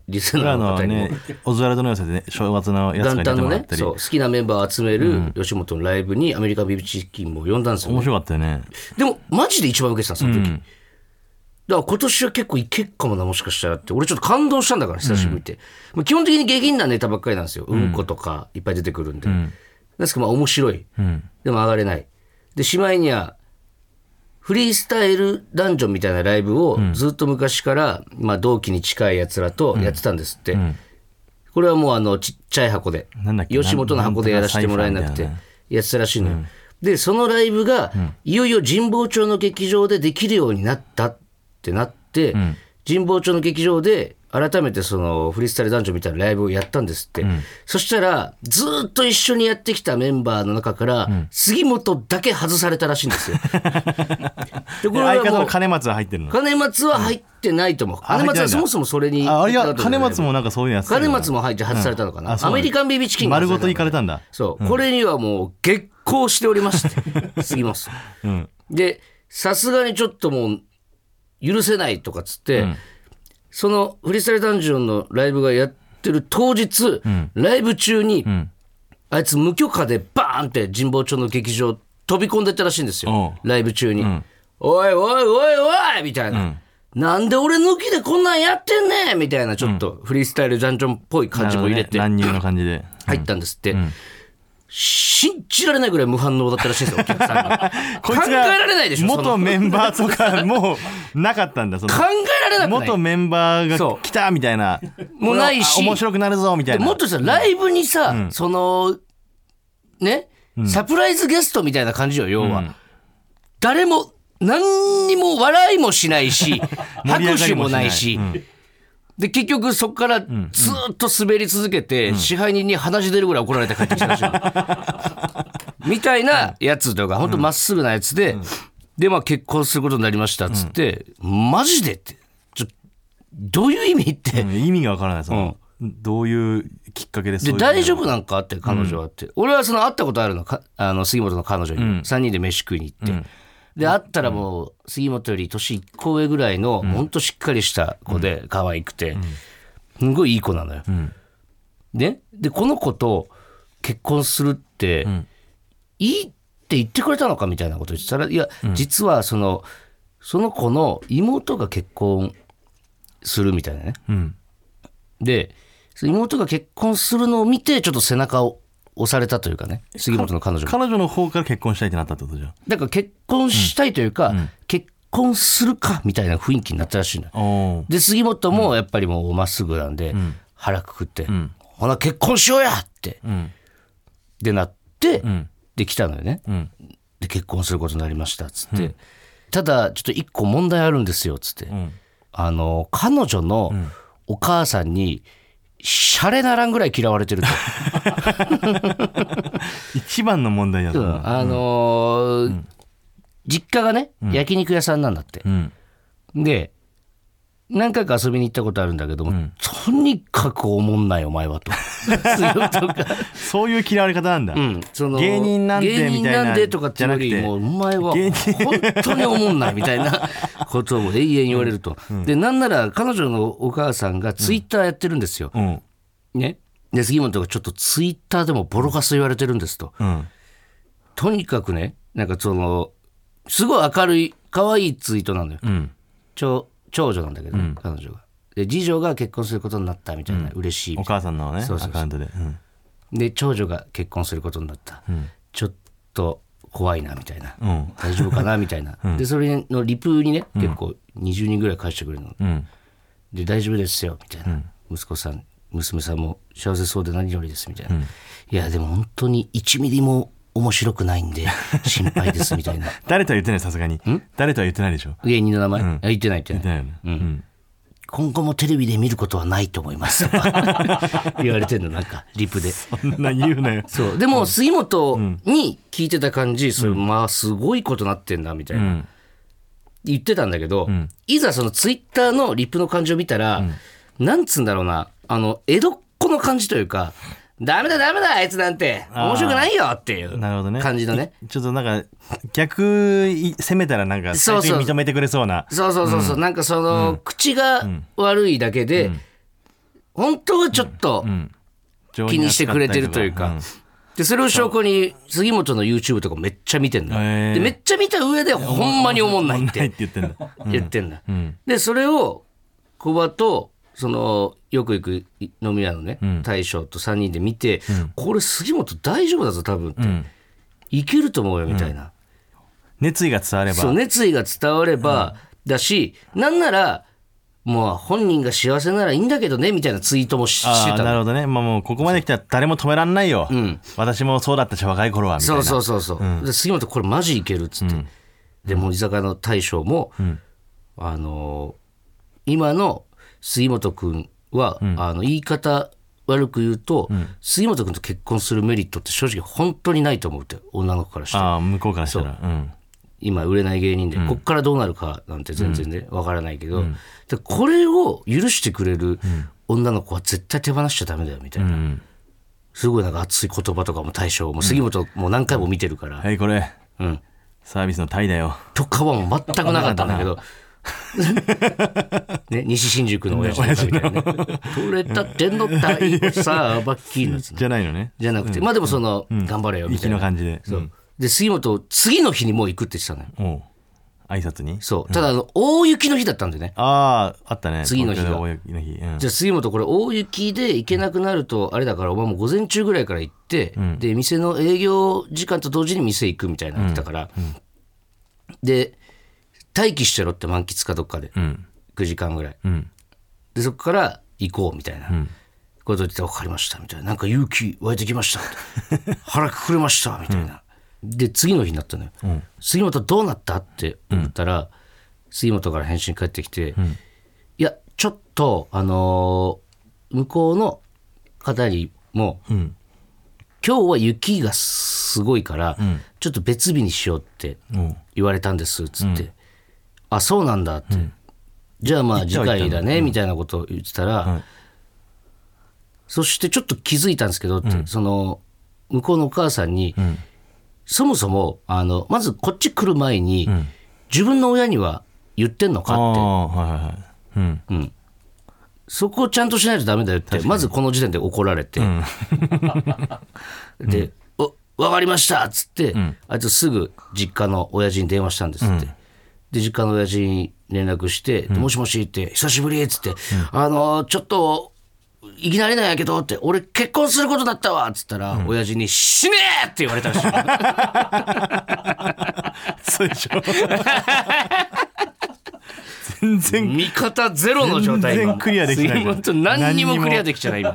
リスナーの方にも、
ね、オズワルドの寄せで、ね、正月のやつが出てもらったり、
元旦のね、そう好きなメンバーを集める吉本のライブにアメリカンビーフチキンも呼んだんですよ、ね、
面白かったよね。
でもマジで一番受けてたその時、うん、だから今年は結構いけっかもなもしかしたらって、俺ちょっと感動したんだから久しぶりって、うん、基本的に下品なネタばっかりなんですよ、うん、うんことかいっぱい出てくるんで、うん、ですからまあ面白い、うん、でも上がれない。でしまいにはフリースタイルダンジョンみたいなライブをずっと昔から、うんまあ、同期に近いやつらとやってたんですって、うんうん、これはもうあのちっちゃい箱で吉本の箱でやらせてもらえなくてやってたらしいのよ、うん、でそのライブがいよいよ神保町の劇場でできるようになったってなって、うん、神保町の劇場で改めてそのフリースタイルダンジョンみたいなライブをやったんですって、うん、そしたらずっと一緒にやってきたメンバーの中から、うん、杉本だけ外されたらしいんですよでこ
れはもう相方の金松は入ってるの？
金松は入ってないと思う、うん、金松はそもそもそれに
ああいや金松もなんかそういうやつ
金松も入って外されたのかな、うん、アメリカンビービーチキン
丸ごと行かれたんだ。
そう、うん、これにはもう激高しておりまして杉本さん、うん、でさすがにちょっともう許せないとかっつって、うんそのフリースタイルダンジョンのライブがやってる当日、うん、ライブ中に、うん、あいつ無許可でバーンって神保町の劇場飛び込んでったらしいんですよライブ中に、うん、おいおいおいおいみたいな、うん、なんで俺抜きでこんなんやってんねんみたいなちょっとフリースタイルダンジョンっぽい感じも入れて、
ね、乱入の感じで
入ったんですって、うん信じられないぐらい無反応だったらしいですよお客さんがこいつが考えられないでしょ
元メンバーとかもうなかったんだその
考えられなくない
元メンバーが来たみたいな
もうないし
面白くなるぞみたいな
もっとさライブにさ、うん、そのね、うん、サプライズゲストみたいな感じよ要は、うん、誰も何にも笑いもしないし拍手もないし、うんで結局そこからずっと滑り続けて、うん、支配人に鼻血出るぐらい怒られて帰ってきたらしい、うん、みたいなやつとか本当まっすぐなやつで、うん、でまあ結婚することになりましたっつって、うん、マジでってちょどういう意味って、
うん、意味がわからないその、うん、どういうきっかけで
で大丈夫なんかって彼女はって、うん、俺はその会ったことあるのかあの杉本の彼女に、うん、さんにんで飯食いに行って、うんで会ったらもう杉本より年いっこ上ぐらいのほんとしっかりした子で可愛くてすごいいい子なのよ、うん、で, でこの子と結婚するっていいって言ってくれたのかみたいなこと言ってたらいや、うん、実はそのその子の妹が結婚するみたいなね、うん、で妹が結婚するのを見てちょっと背中を押されたというかね杉本の彼女
彼女の方から結婚したいってなったってことじゃん。
だから結婚したいというか、うん、結婚するかみたいな雰囲気になったらしいので杉本もやっぱりもうまっすぐなんで、うん、腹くくって、うん、ほな結婚しようやって、うん、でなって、うん、で来たのよね、うん、で結婚することになりましたっつって、うん、ただちょっと一個問題あるんですよっつって、うん、あの彼女のお母さんにシャレならんぐらい嫌われてると
一番の問題だと、うん、
あのーうん、実家がね、うん、焼肉屋さんなんだって、うん、で何回か遊びに行ったことあるんだけども、うん、とにかくおもんないお前はと
そういう嫌われ方なんだ、うん、その芸人なんでみたいな
芸人なんでとかっていうよりもお前は本当におもんないみたいなことを永遠言われると、うん、でなんなら彼女のお母さんがツイッターやってるんですよ、うんね、で杉本がちょっとツイッターでもボロカス言われてるんですと、うん、とにかくねなんかそのすごい明るい可愛いツイートなんだよ、うん、長, 長女なんだけど、ねうん、彼女がで次女が結婚することになったみたいな、うん、嬉しいみたいな
お母さんのねそうそうそうアカウントで、うん、
で長女が結婚することになった、うん、ちょっと怖いなみたいな、うん、大丈夫かなみたいな、うん、でそれのリプにね、うん、結構にじゅうにんぐらい返してくれるの、うん、で大丈夫ですよみたいな、うん、息子さん娘さんも幸せそうで何よりですみたいな、うん、いやでも本当にいちミリも面白くないんで心配ですみたいな
誰とは言ってないさすがに誰とは言ってないでしょ
芸人の名前、うん、言ってない言ってない、
言ってないよね、うんうん
今後もテレビで見ることはないと思います言われてるのなんかリプで
そんな言うなよ
そうでも杉本に聞いてた感じそれまあすごいことなってんなみたいな、うん、言ってたんだけど、うん、いざそのツイッターのリプの感じを見たら、うん、なんつうんだろうなあの江戸っ子の感じというかダメだダメだあいつなんて面白くないよっていう感じの ね, ね
ちょっとなんか逆攻めたらなんか最初に認めてくれそうな
そうそうそうそう、うん、なんかその、うん、口が悪いだけで、うん、 本当はちょっと気にしてくれてるというか、うん、でそれを証拠に杉本の YouTube とかめっちゃ見てんだ、えー、でめっちゃ見た上でほんまに思んないって言ってんだ、うん、言ってんだ、うん、でそれを小葉とそのよく行く飲み屋のね、うん、大将とさんにんで見て、うん、これ杉本大丈夫だぞ多分って、うん、いけると思うよみたいな、うん、
熱意が伝われば
そう熱意が伝われば、うん、だしなんならもう本人が幸せならいいんだけどねみたいなツイートも し, してた。
なるほどね、まあ、もうここまで来たら誰も止めらんないよ、うん、私もそうだったし若い頃はみたいな。
そうそうそうそう、うん、で杉本これマジいけるっつって、うん、でもう居酒屋の大将も、うん、あのー、今の杉本くんは、うん、あの言い方悪く言うと、うん、杉本くんと結婚するメリットって正直本当にないと思うって女の子からして。
ああ向こうからしたら、うん、
今売れない芸人で、うん、こっからどうなるかなんて全然ねわからないけど、うん、でこれを許してくれる女の子は絶対手放しちゃダメだよみたいな、うん、すごいなんか熱い言葉とかも大将も杉本も何回も見てるから、うん、
はいこれ、うん、サービスのタイだよ
とかはもう全くなかったんだけどね、西新宿の親父のみたいなね取れたてのタイをさバッキーのやつ、ね、
じゃないのね
じゃなくて、うん、まあでもその、うん、頑張れよみたいな
感じで、
そう、うん、で杉本次の日にもう行くって言ってたのよ。
お挨拶に。
そうただあの、うん、大雪の日だったんでね。
あああったね
次の日が
大雪の日、うん、
じゃあ杉本これ大雪で行けなくなるとあれだからお前も午前中ぐらいから行って、うん、で店の営業時間と同時に店行くみたいなの言ってたから、うんうん、で待機してろって満喫かどっかで、うん、くじかんぐらい、うん、でそこから行こうみたいな、うん、こと言って分かりましたみたいな、なんか勇気湧いてきました腹くくれましたみたいな、うん、で次の日になったのよ、うん、杉本どうなったって思ったら、うん、杉本から返信返ってきて、うん、いやちょっとあのー、向こうの方にも、うん、今日は雪がすごいから、うん、ちょっと別日にしようって言われたんですっつって、うん、あそうなんだって、うん、じゃあまあ次回だね、うん、みたいなことを言ってたら、うん、そしてちょっと気づいたんですけどって、うん、その向こうのお母さんに、うん、そもそもあのまずこっち来る前に、うん、自分の親には言ってんのかって、はいはいはいうんうん、そこをちゃんとしないとダメだよってまずこの時点で怒られて、うん、で、うん、お分かりましたっつって、うん、あいつすぐ実家の親父に電話したんですって、うんで実家の親父に連絡して、うん、もしもしって久しぶりっつって、うん、あのちょっといきなりなんやけどって俺結婚することだったわっつったら、うん、親父に死ねーって言われたらしいそうでしょ全然味方ゼロの状態
全然クリアできない
何にもクリアできちゃない今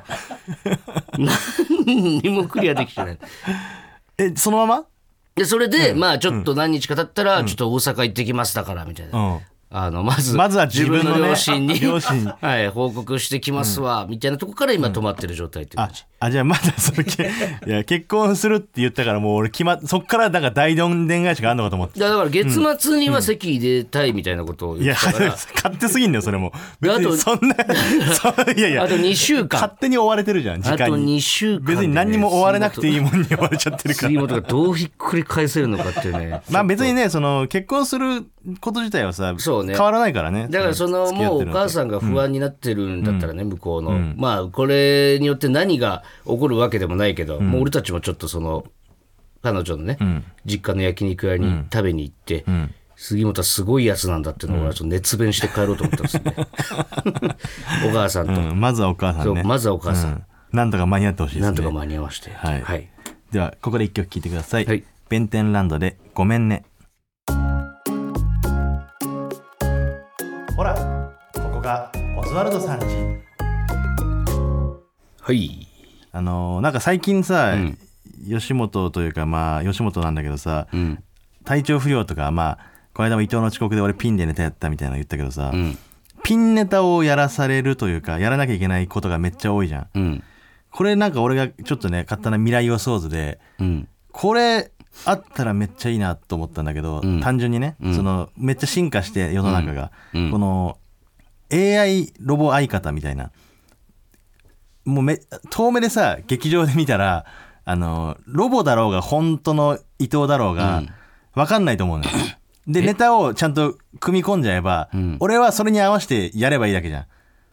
何にもクリアできちゃない
えそのまま
でそれで、うん、まあちょっと何日か経ったら、うん、ちょっと大阪行ってきますだからみたいな、うん、あのまず
まずは自分の、ね、
両親に両親はい、報告してきますわ、うん、みたいなとこから今止まってる状態っていう感じ、
うん、あ, あじゃあまだそのいや結婚するって言ったからもう俺決まそっからなんか大どんでん返しがあるのかと思って
だから月末には籍入れたいみたいなことを言ってたから、うん、いや
勝手すぎんねよそれも別にそんなそいやいや
あとにしゅうかん
勝手に追われてるじゃん時間に
あとにしゅうかん、ね、
別に何にも追われなくていいもんに追われちゃってるから
杉本がどうひっくり返せるのかっていうね
まあ別にねその結婚すること自体はさ、ね、変わらないからね
だからそのもうお母さんが不安になってるんだったらね、うん、向こうの、うん、まあこれによって何が起こるわけでもないけど、うん、もう俺たちもちょっとその彼女のね、うん、実家の焼肉屋に食べに行って、うん、杉本はすごいやつなんだっていうのをちょっと熱弁して帰ろうと思ったんですねお母さんと、うん、
まずはお母さんね
まずはお母さん、うん、
なんとか間に合ってほしいですね
なんとか間に合わせて、
はいはい、ではここで一曲聴いてください、はい、弁天ランドでごめんねほらここがオズワルドさんち
はい
あのー、なんか最近さ、うん、吉本というかまあ吉本なんだけどさ、うん、体調不良とかまあこの間も伊藤の遅刻で俺ピンでネタやったみたいなの言ったけどさ、うん、ピンネタをやらされるというかやらなきゃいけないことがめっちゃ多いじゃん、うん、これなんか俺がちょっとね勝手な未来予想図で、うん、これあったらめっちゃいいなと思ったんだけど、うん、単純にね、うん、そのめっちゃ進化して世の中が、うん、この エーアイ ロボ相方みたいなもうめ遠目でさ劇場で見たらあのロボだろうが本当の伊藤だろうが分かんないと思うのよ、うん、でネタをちゃんと組み込んじゃえば、うん、俺はそれに合わせてやればいいだけじゃん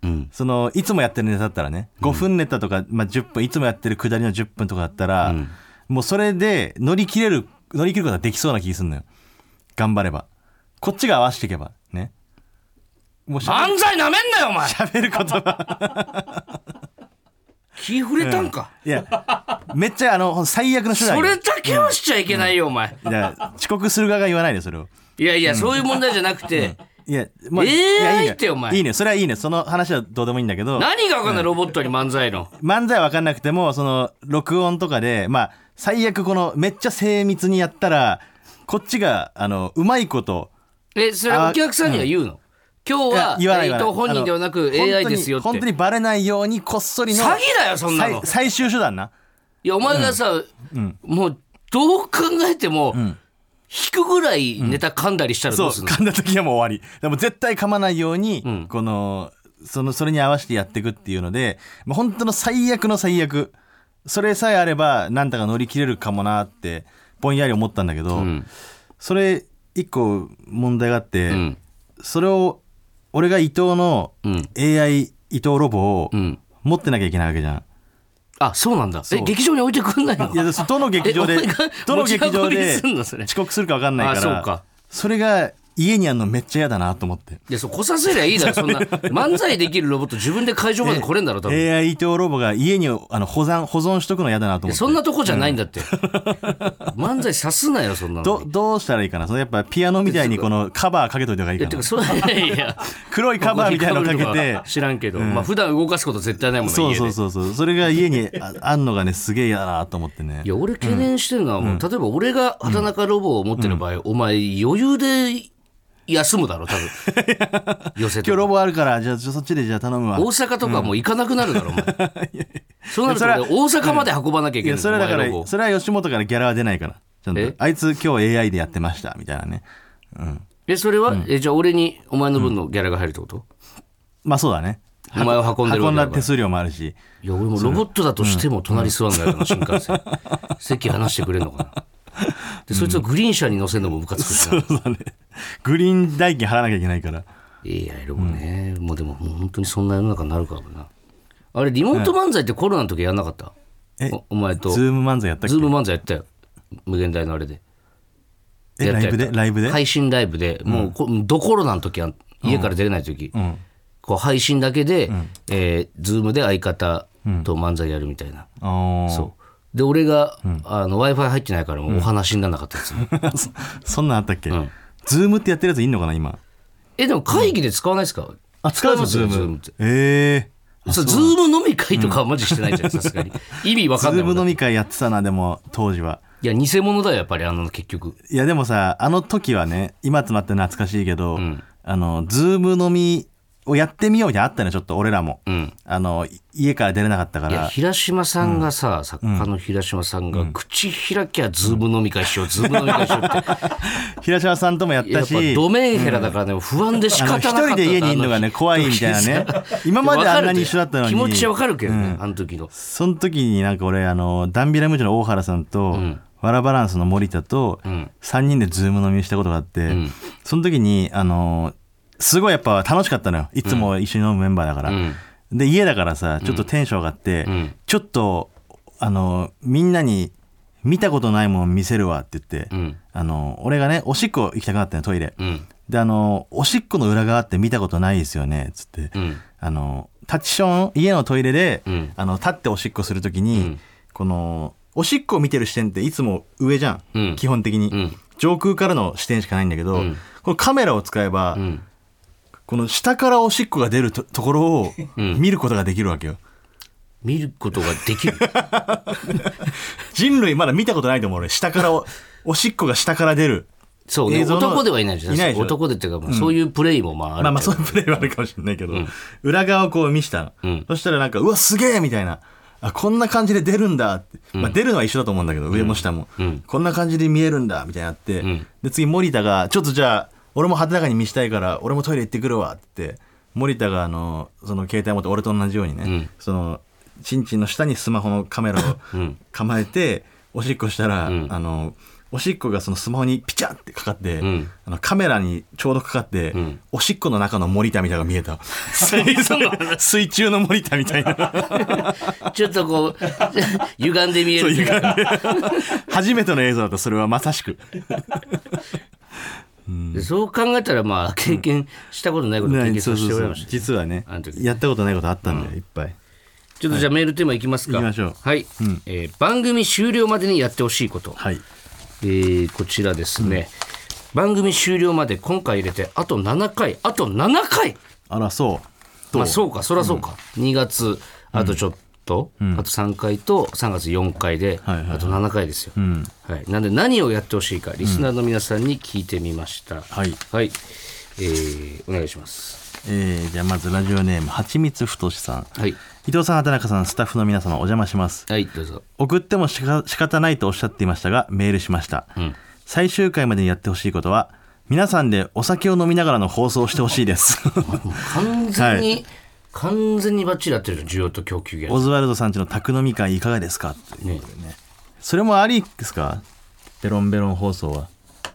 うん、
そのいつもやってるネタだったらねごふんネタとか、まあ、じゅっぷんいつもやってるくだりのじゅっぷんとかだったら、うん、もうそれで乗り切れる乗り切ることができそうな気するのよ。頑張ればこっちが合わせていけばね。
もう漫才なめんなよお前。
喋る言葉
気触れたんか、
うん、いやめっちゃあの最悪の手段。
それだけはしちゃいけないよ、うん、お前。
いや遅刻する側が言わないでそれを。
いやいや、うん、そういう問題じゃなくて、うん、
いや、まあ、
エーアイ ってお前
いいねそれはいいねその話はどうでもいいんだけど。
何が分かんない、うん、ロボットに漫才の
漫才は分かんなくてもその録音とかでまあ最悪このめっちゃ精密にやったらこっちがあのうまいこと
えそれお客さんには言うの、うん、今日は伊藤本人ではなく エーアイ ですよって
本当にバレないようにこっそりの
詐欺だよそんなの。
最終手段な。
いやお前がさ、うん、もうどう考えても、うん、引くぐらいネタ噛んだりしたらどうするの、
うん、そう噛んだ時はもう終わり。でも絶対噛まないように、うん、このそのそれに合わせてやっていくっていうので、もう本当の最悪の最悪それさえあればなんとか乗り切れるかもなってぼんやり思ったんだけど、うん、それ一個問題があって、うん、それを俺が伊藤の エーアイ 伊藤ロボを持ってなきゃいけないわけじゃん。
あ、そうなんだ。え、劇場に置いてくんないの？
いや、どの劇場でどの劇場で遅刻するか分かんないから。あ、そうか。それが家にあるのめっちゃ嫌だなと思って。
いや、そう来させりゃいいだろ。そんな漫才できるロボット自分で会場まで来れんだろ多分。
エーアイ 伊藤ロボが家にあの保存保存しとくの嫌だなと思って。
そんなとこじゃないんだって、うん、漫才さすなよそんなの。
どどうしたらいいかな。そのやっぱピアノみたいにこのカバーかけといた方がいいかな。いや、てかそれいや黒いカバーみたいなのかけて
知らんけど、うん、まあ普段動かすこと絶対ないもんね。
そうそうそうそう。それが家に あ, あんのがねすげえ嫌だなと思ってね。
いや俺懸念してるのはもう、うん、例えば俺が畑中ロボを持ってる場合、うん、お前余裕で休むだろ多分寄せ
今日ロボあるからじゃあそっちでじゃあ頼むわ。
大阪とかもう行かなくなるだろ、うん、お前そうなると大阪まで運ばなきゃいけない、うん、いや
それだからそれは吉本からギャラは出ないからちゃんとあいつ今日 エーアイ でやってましたみたいなね、うん、
えそれは、うん、えじゃあ俺にお前の分のギャラが入るってこと、うん、
まあそうだね。
お前を運んでる
運んだ手数料もあるし。
いや俺もロボットだとしても隣座んないから、うん、新幹線席離してくれんのかなでそいつをグリーン車に乗せるのもムカつくしな、
うん、そうだね。グリーン代金払わなきゃいけないから。
エーアイ ロボね、うん、もうでももう本当にそんな世の中になるからな。あれリモート漫才ってコロナの時やんなかった、うん、お, お前と
ズーム漫才やったっけ。
ズーム漫才やったよ無限大のあれで。
えライブでライブで
配信ライブで、うん、もうこどコロナの時は家から出れない時、うん、こう配信だけで、うんえー、ズームで相方と漫才やるみたいな、うん、そうで俺が、うん、あの Wi-Fi 入ってないからもうお話にならなかったです、ねうん、
そ, そんなんあったっけ、うん、ズームってやってるやついんのかな今。
えでも会議で使わないですか、うん、
あ使うのズーム。ズームってえ
ー、そうズーム飲み会とかはマジしてないじゃんさすがに意味わかんない。
ズーム飲み会やってたなでも当時は。
いや偽物だよやっぱりあの結局。
いやでもさあの時はね今となって懐かしいけど、うん、あのズーム飲みをやってみようじゃあったねちょっと俺らも、うん、あの家から出れなかったから。いや
平島さんがさ、うん、作家の平島さんが、うん、口開きゃズーム飲み会しよう、うん、ズーム飲み会しようって
平島さんともやったしやっぱ
ドメンヘラだからね、うん、不安で仕方なかった。
一人で家にいるのがね怖いみたいなね今まであんなに一緒だったのに
気持ちわかるけどね、うん、あの時の。
その時になんか俺あのダンビラムーチョの大原さんと、うんワラバランスの森田とさんにんでズーム飲みしたことがあって、うん、その時にあのすごいやっぱ楽しかったのよいつも一緒に飲むメンバーだから、うん、で家だからさちょっとテンション上がって、うん、ちょっとあのみんなに見たことないもの見せるわって言って、うん、あの俺がねおしっこ行きたくなったのトイレ、うん、であのおしっこの裏側って見たことないですよねっつって、うん、あのタッチション家のトイレで、うん、あの立っておしっこする時に、うん、このおしっこを見てる視点っていつも上じゃん、うん、基本的に、うん、上空からの視点しかないんだけど、うん、このカメラを使えば、うん、この下からおしっこが出る と, ところを見ることができるわけよ、
うん、見ることができる
人類まだ見たことないと思う俺。下から お, おしっこが下から出る
そうね、男ではいないじゃん。いないでしょ男でっていうか、まあ、そういうプレイもまあある、
まあまあそういうプレイはあるかもしれないけど、うん、裏側をこう見したの、うん、そしたらなんかうわすげえみたいな、あこんな感じで出るんだって、まあ、出るのは一緒だと思うんだけど、うん、上も下も、うん、こんな感じで見えるんだみたいになって、うん、で次森田がちょっとじゃあ俺も畑中に見したいから俺もトイレ行ってくるわって森田があのその携帯持って俺と同じようにね、うん、そのチンチンの下にスマホのカメラを構えておしっこしたら、うん、あのおしっこがそのスマホにピチャってかかって、
うん、
あのカメラにちょうどかかって、うん、おしっこの中のモニターみたいなのが見えた水中のモニターみたいな
ちょっとこう歪んで見えるっていうか
初めての映像だったそれはまさしく
うん、そう考えたらまあ経験したことないこと経験させておりました、ね、
実はねやったことないことあったんで、うん、いっぱい
ちょっとじゃあメールテーマいきますか。
いきましょう。
はい、うんえー、番組終了までにやってほしいこと、
はい
えー、こちらですね、うん、番組終了まで今回入れてあとななかいあとななかい
あらそう
まあそうかそりゃそうか、うん、にがつあとちょっと、うん、あとさんかいとさんがつよんかいで、はいはいはい、あとななかいですよ、うんはい、なんで何をやってほしいかリスナーの皆さんに聞いてみました、うん、はい、はいえー、お願いします。
えー、じゃあまずラジオネームはちみつふとしさん、
はい、
伊藤さん畑中さんスタッフの皆様お邪魔します。
はいどうぞ。
送ってもしか仕方ないとおっしゃっていましたがメールしました、うん、最終回までにやってほしいことは皆さんでお酒を飲みながらの放送をしてほしいです
完全に、はい、完全にバッチリやってる需要と供給が
オズワルドさんちの宅飲み会いかがですかっていうことでね、ねそれもありですかベロンベロン放送は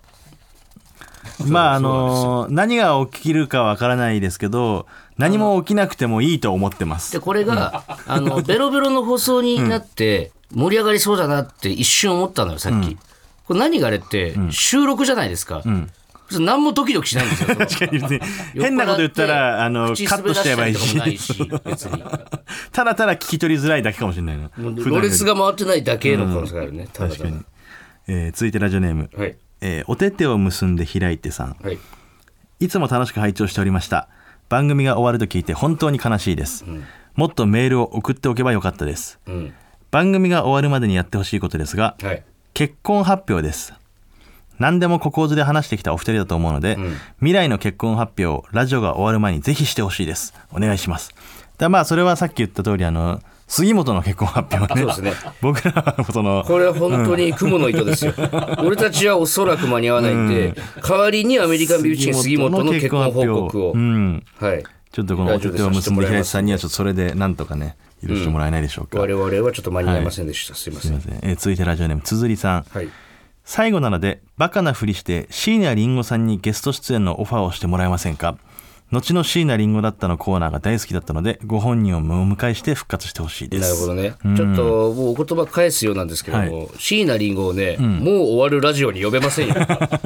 まああのー、何が起きるかわからないですけど何も起きなくてもいいと思ってます。
でこれが、うん、あのベロベロの放送になって盛り上がりそうだなって一瞬思ったのよさっき、うん、これ何があれって収録じゃないですか、うん、何もドキドキしないんですよ
確かに別に変なこと言ったらあのカットしちゃえばいいし
別に
ただただ聞き取りづらいだけかもしれないな
ロレスが回ってないだけの可能性があるね、うん、ただただ
確かに、えー、続いてラジオネーム、はいえー、お手手を結んで開いてさん、はい、いつも楽しく拝聴しておりました。番組が終わると聞いて本当に悲しいです、うん、もっとメールを送っておけばよかったです、うん、番組が終わるまでにやってほしいことですが、はい、結婚発表です。何でもここ図で話してきたお二人だと思うので、うん、未来の結婚発表をラジオが終わる前にぜひしてほしいです。お願いします。だまあそれはさっき言った通りあの杉本の結婚発表ね。
そうですね。
僕らはその
これは本当に雲の糸ですよ、うん、俺たちはおそらく間に合わないんで、うん、代わりにアメリカンビューチン杉本の結婚報告を、うんはい、
ちょっとこのお手手を結んで平井さんにはちょっとそれでなんとかね許してもらえないでしょうか、
うん、我々はちょっと間に合いませんでした、はい、すいません。
すいません、えー、続いてラジオネームつづりさん、はい、最後なのでバカなふりして椎名林檎さんにゲスト出演のオファーをしてもらえませんか。後の椎名林檎だったのコーナーが大好きだったのでご本人をお迎えして復活してほしいです。
なるほどね、うん、ちょっともうお言葉返すようなんですけども、はい、椎名林檎をね、うん、もう終わるラジオに呼べませんよ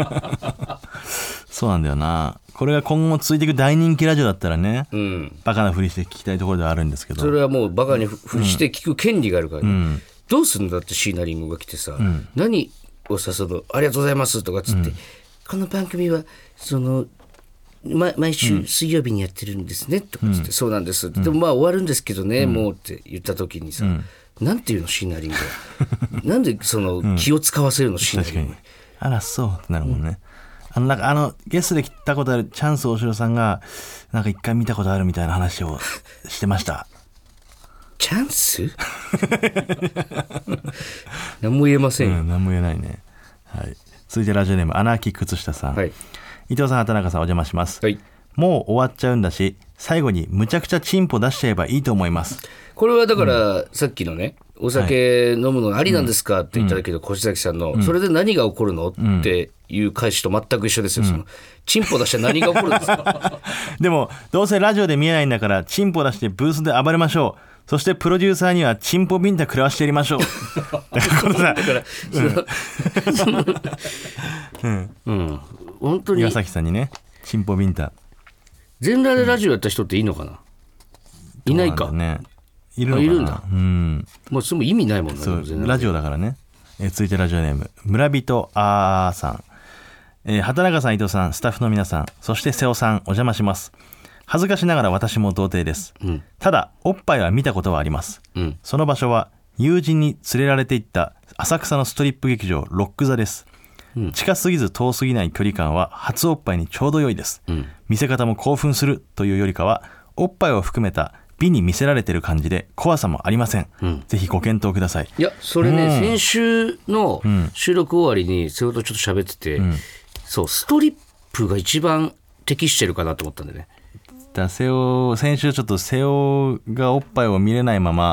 そうなんだよな。これが今後続いていく大人気ラジオだったらね、うん、バカなふりして聞きたいところではあるんですけど、
それはもうバカにふりして聞く権利があるから、ねうん、どうするんだって椎名林檎が来てさ、うん、何をさそのありがとうございますとかっつって、うん、この番組はそのま、毎週水曜日にやってるんですね、うん、とかつって、うん、そうなんです、うん、でもまあ終わるんですけどね、うん、もうって言った時にさ、うん、なんていうの椎名林檎なんでその気を使わせるの椎名林檎、
あらそうってなるもんね、うん、あのなんかあのゲストで来たことあるチャンス大城さんがなんか一回見たことあるみたいな話をしてました
チャンス何も言えませんよ、
うん、何も言えないね、はい、続いてラジオネーム穴あき靴下さん、はい、伊藤さん畑中さんお邪魔します、はい、もう終わっちゃうんだし最後にむちゃくちゃチンポ出しちゃえばいいと思います。
これはだから、うん、さっきのねお酒飲むのありなんですかって言っただけど、うん、越崎さんの、うん、それで何が起こるの、うん、っていう返しと全く一緒ですよ、うん、そのチンポ出したら何が起こるんですか
でもどうせラジオで見えないんだからチンポ出してブースで暴れましょう。そしてプロデューサーにはチンポビンタ食らわしてやりましょうだからこのさだからうん、うん、本当に岩崎さんにねチンポビンタ
全裸でラジオやった人っていいのかな、うん、いないか、
ね、いるのかな。いるんだ、
うん、もうそれも意味ないもんね。
そうラジオだからね。えー、続いてラジオネーム村人あーさん、えー、畑中さん伊藤さんスタッフの皆さんそして瀬尾さんお邪魔します。恥ずかしながら私も童貞です、うん、ただおっぱいは見たことはあります、うん、その場所は友人に連れられて行った浅草のストリップ劇場ロック座です、うん、近すぎず遠すぎない距離感は初おっぱいにちょうど良いです、うん、見せ方も興奮するというよりかはおっぱいを含めた美に見せられている感じで怖さもありません、うん、ぜひご検討ください。
いやそれね、うん、先週の収録終わりにそれとちょっと喋ってて、うん、そうストリップが一番適してるかなと思ったんでね。
だ瀬尾先週ちょっと瀬尾がおっぱいを見れないまま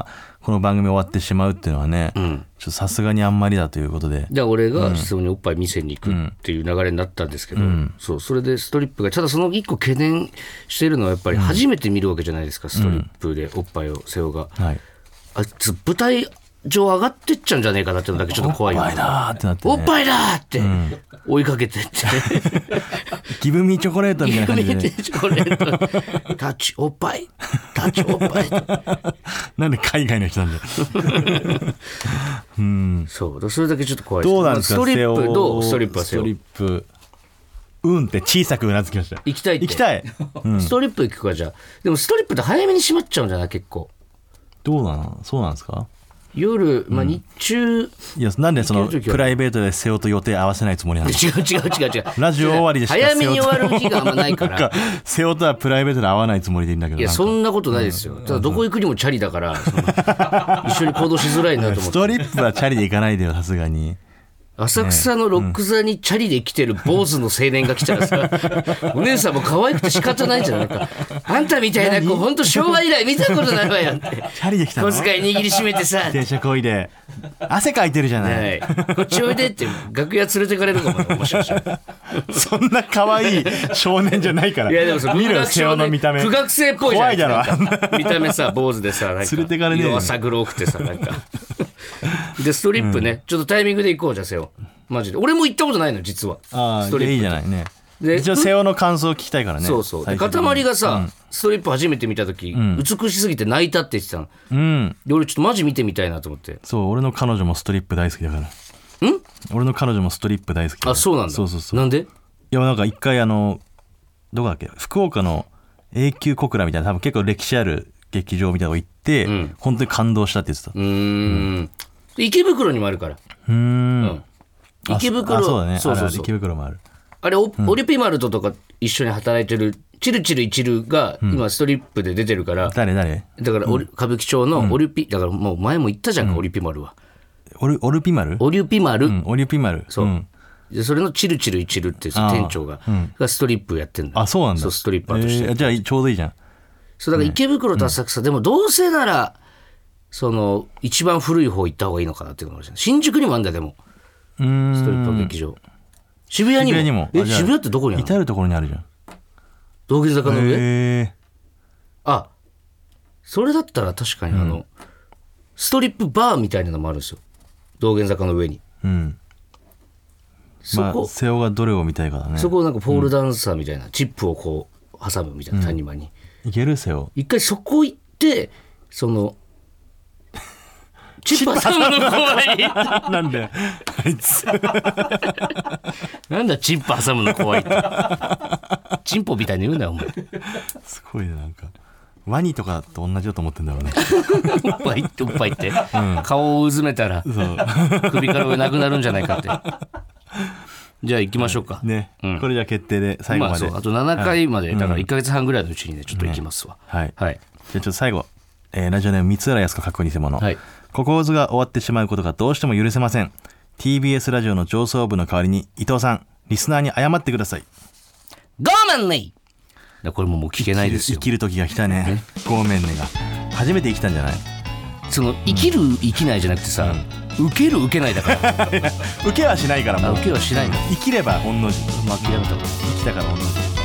この番組終わってしまうっていうのはね、うん、ちょっとさすがにあんまりだということで、
じゃあ俺が質問におっぱい見せに行くっていう流れになったんですけど、うん、そうそれでストリップがただその一個懸念しているのはやっぱり初めて見るわけじゃないですか、うん、ストリップでおっぱいを瀬尾が、はい、あいつ舞台上上がってっちゃうんじゃねえかなっていうのだけちょっと怖いよね。
おっぱいだーってなって、ね、
おっぱいだーって追いかけてって、
ギブミーチョコレートみたいな感じで、ね、
ギブミーチョコレートタッチおっぱいタッチおっぱい
なんで海外の人なんだようん、
そうそれだけちょっと怖いです。
どうなんですか、
ストリップどうストリップは
ストリップうんって小さくうなずきました。
行きたいって
行きたい、
うん、ストリップ行くか。じゃあでもストリップって早めに閉まっちゃうんじゃない結構。
どうなの、そうなんですか。
夜、まあ、日中、うん、
いやなんでそのプライベートで瀬尾と予定合わせないつもりなの。
違う違う違う違う
ラジオ終わりでしか
早めに終わる日があんまないから
瀬尾とはプライベートで会わないつもりでいいんだけど。
いやそんなことないですよ、うん、ただどこ行くにもチャリだから一緒に行動しづらいなと思って。
ストリップはチャリで行かないでよさすがに。
浅草のロック座にチャリで来てる坊主の青年が来たらさ、お姉さんも可愛くて仕方ないんじゃないか。あんたみたいな子ほんと昭和以来見たことないわよって。
チャリで来たの。
小遣い握りしめてさ。
電車こいで汗かいてるじゃない。
はい、こっちおいでって楽屋連れてかれるかも面白い。
そんな可愛い少年じゃないから。
いやでもさ、
見る瀬尾の見た目。
苦学生っぽいじゃない
怖いだろ。
見た目さ坊主でさ、なんか
連れてかれねえ。
色はさ黒くてさなんか。でストリップね、うん、ちょっとタイミングで行こうじゃあ瀬尾。マジで俺も行ったことないの実は。
あ
ストリップ
いいじゃないね。で一応瀬尾の感想を聞きたいからね。
そうそう。で塊がさ、うん、ストリップ初めて見た時、うん、美しすぎて泣いたって言ってたの、うん、で俺ちょっとマジ見てみたいなと思って。
そう俺の彼女もストリップ大好きだから。ん俺の彼女もストリップ大好きだから。
あそうなんだ。
そうそうそう。
なんで。
いやなんか一回あのどこだっけ福岡の永久小倉みたいな多分結構歴史ある劇場みたいなとこ行って、うん、本当に感動したって言ってた。うーん、
うん、池袋にもあるから。
うーん、うん
池袋。
あそうだね。
そうそうそう。
あれ池袋もある。
あれ オ,、うん、オリピマルトとか一緒に働いてるチルチルイチルが今ストリップで出てるから、うん、
誰誰
だから、うん、歌舞伎町のオリピ、だからもう前も言ったじゃんか、うん、オリピマルは
オリオリピマル
オリピマル、うん、
オリピマル
そう、うん、でそれのチルチルイチルって店長が、うん、がストリップやってんだ。
あそうなんだ。
そうストリッパーとして、
えー、じゃあちょうどいいじゃん。
そうだから池袋と浅草、うん、でもどうせならその一番古い方行った方がいいのかなっていうのがある。新宿にもあるんだ。でも
うーん
ストリップ劇場渋谷にも。
渋谷にも。
え渋谷ってどこにあるの。
至るところにあるじゃん。
道玄坂の上。
へー
あそれだったら確かにあの、うん、ストリップバーみたいなのもあるんですよ道玄坂の上に。うん
そこ、まあ、瀬尾がどれを見たいかだね。
そこなんかポールダンサーみたいな、うん、チップをこう挟むみたいな谷間に、
うん、いける瀬尾。
一回そこ行ってそのチップ挟むの怖い
なんであいつ
なんだチップ挟むの怖いってチンポみたいに言うなよお前。
すごいねなんかワニとかと同じだと思ってんだろうね
おっぱいっておっぱいって、うん、顔をうずめたら首から上なくなるんじゃないかって。じゃあ行きましょうか、
はいねうん、これじゃあ決定で最後まで、
まあ、あとななかいまで、はい、だからいっかげつはんぐらいのうちにねちょっと行きますわ、ね、
はい、はい、じゃあちょっと最後、えー、ラジオネーム三浦靖子かっこ偽物、はい、ここずが終わってしまうことがどうしても許せません。 ティービーエス ラジオの上層部の代わりに伊藤さんリスナーに謝ってください。
ごめんね。これももう聞けないですよ。
生きる時が来たね。ごめんねが初めて生きたんじゃない。
その生きる、うん、生きないじゃなくてさ、うん、受ける受けないだから
受けはしないからもう
受けはしないんだ。
生きれば御の字。
まあ諦めた方がいい。
生きたから御の字。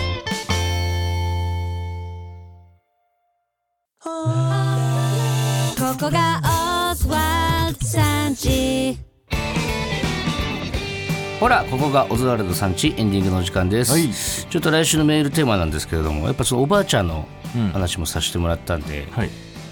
ここがオズワルドさんち。
ほらここがオズワルドさんちエンディングの時間です、はい、ちょっと来週のメールテーマなんですけれどもやっぱそのおばあちゃんの話もさせてもらったんで、うんはい、う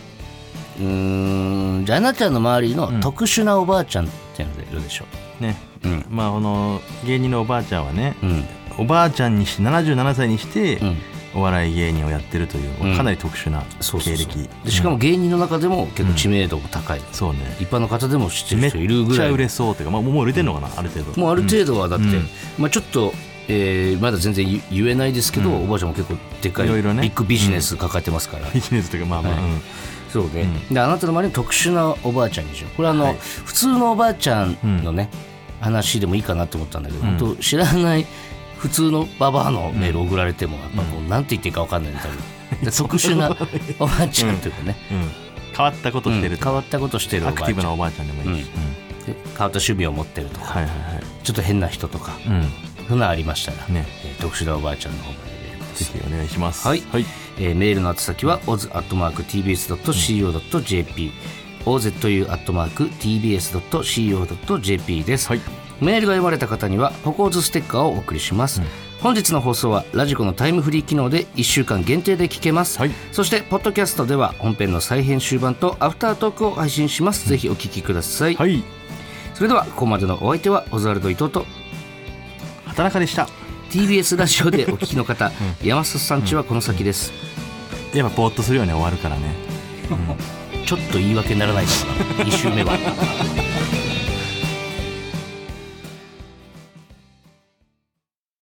ーんじゃああなたの周りの特殊なおばあちゃんっていうのでどうでしょ
う、ねうん、まあこの芸人のおばあちゃんはね、うん、おばあちゃんにしてななじゅうななさいにして、うんお笑い芸人をやってるという、うん、かなり特殊な経歴。そうそうそう
でしかも芸人の中でも結構知名度が高い、うん、そうね、一般の方でも知ってる人いるぐらい
めっちゃ売れそうというか、まあ、もう売れてるのかな、うん、ある程度
もうある程度はだって、うんまあ、ちょっと、えー、まだ全然言えないですけど、うん、おばあちゃんも結構でっかいいろいろ、ね、ビッグビジネス抱えてますから、うん、
ビジネスというかまあまあ、はいうん、
そうね、うん、であなたの周りに特殊なおばあちゃんにしよう。これはあの、はい、普通のおばあちゃんのね、うん、話でもいいかなと思ったんだけど、うん、本当知らない普通のババアのメール送られてもやっぱもう何て言っていいか分かんないみたいな、うん、特殊なおばあちゃんというかね、
変わったことしてる、
うん、変わったことしてるおばあちゃん、
アクティブなおばあちゃんでもいいし、
うん、で変わった趣味を持ってるとか、
はいはいはい、
ちょっと変な人とか、うん、そんなありましたら、ねえー、特殊なおばあちゃんの方までメール
ぜひお願いします。
はい、はい、えー、メールの宛先は オーズ アットマーク ティービーエス ドット シーオー ドット ジェーピー、オーゼットユー アットマーク ティービーエス ドット シーオー ドット ジェーピー です、はい、メールが読まれた方にはポコーズステッカーをお送りします、うん、本日の放送はラジコのタイムフリー機能でいっしゅうかん限定で聞けます、はい、そしてポッドキャストでは本編の再編集版とアフタートークを配信します、うん、ぜひお聞きください、はい、それではここまでのお相手はオズワルド伊藤と
畑中でした。
ティービーエス ラジオでお聞きの方、うん、山里さんちはこの先です、
うん、やっぱぼーっとするように終わるからね、うん、
ちょっと言い訳にならないかもなに週目は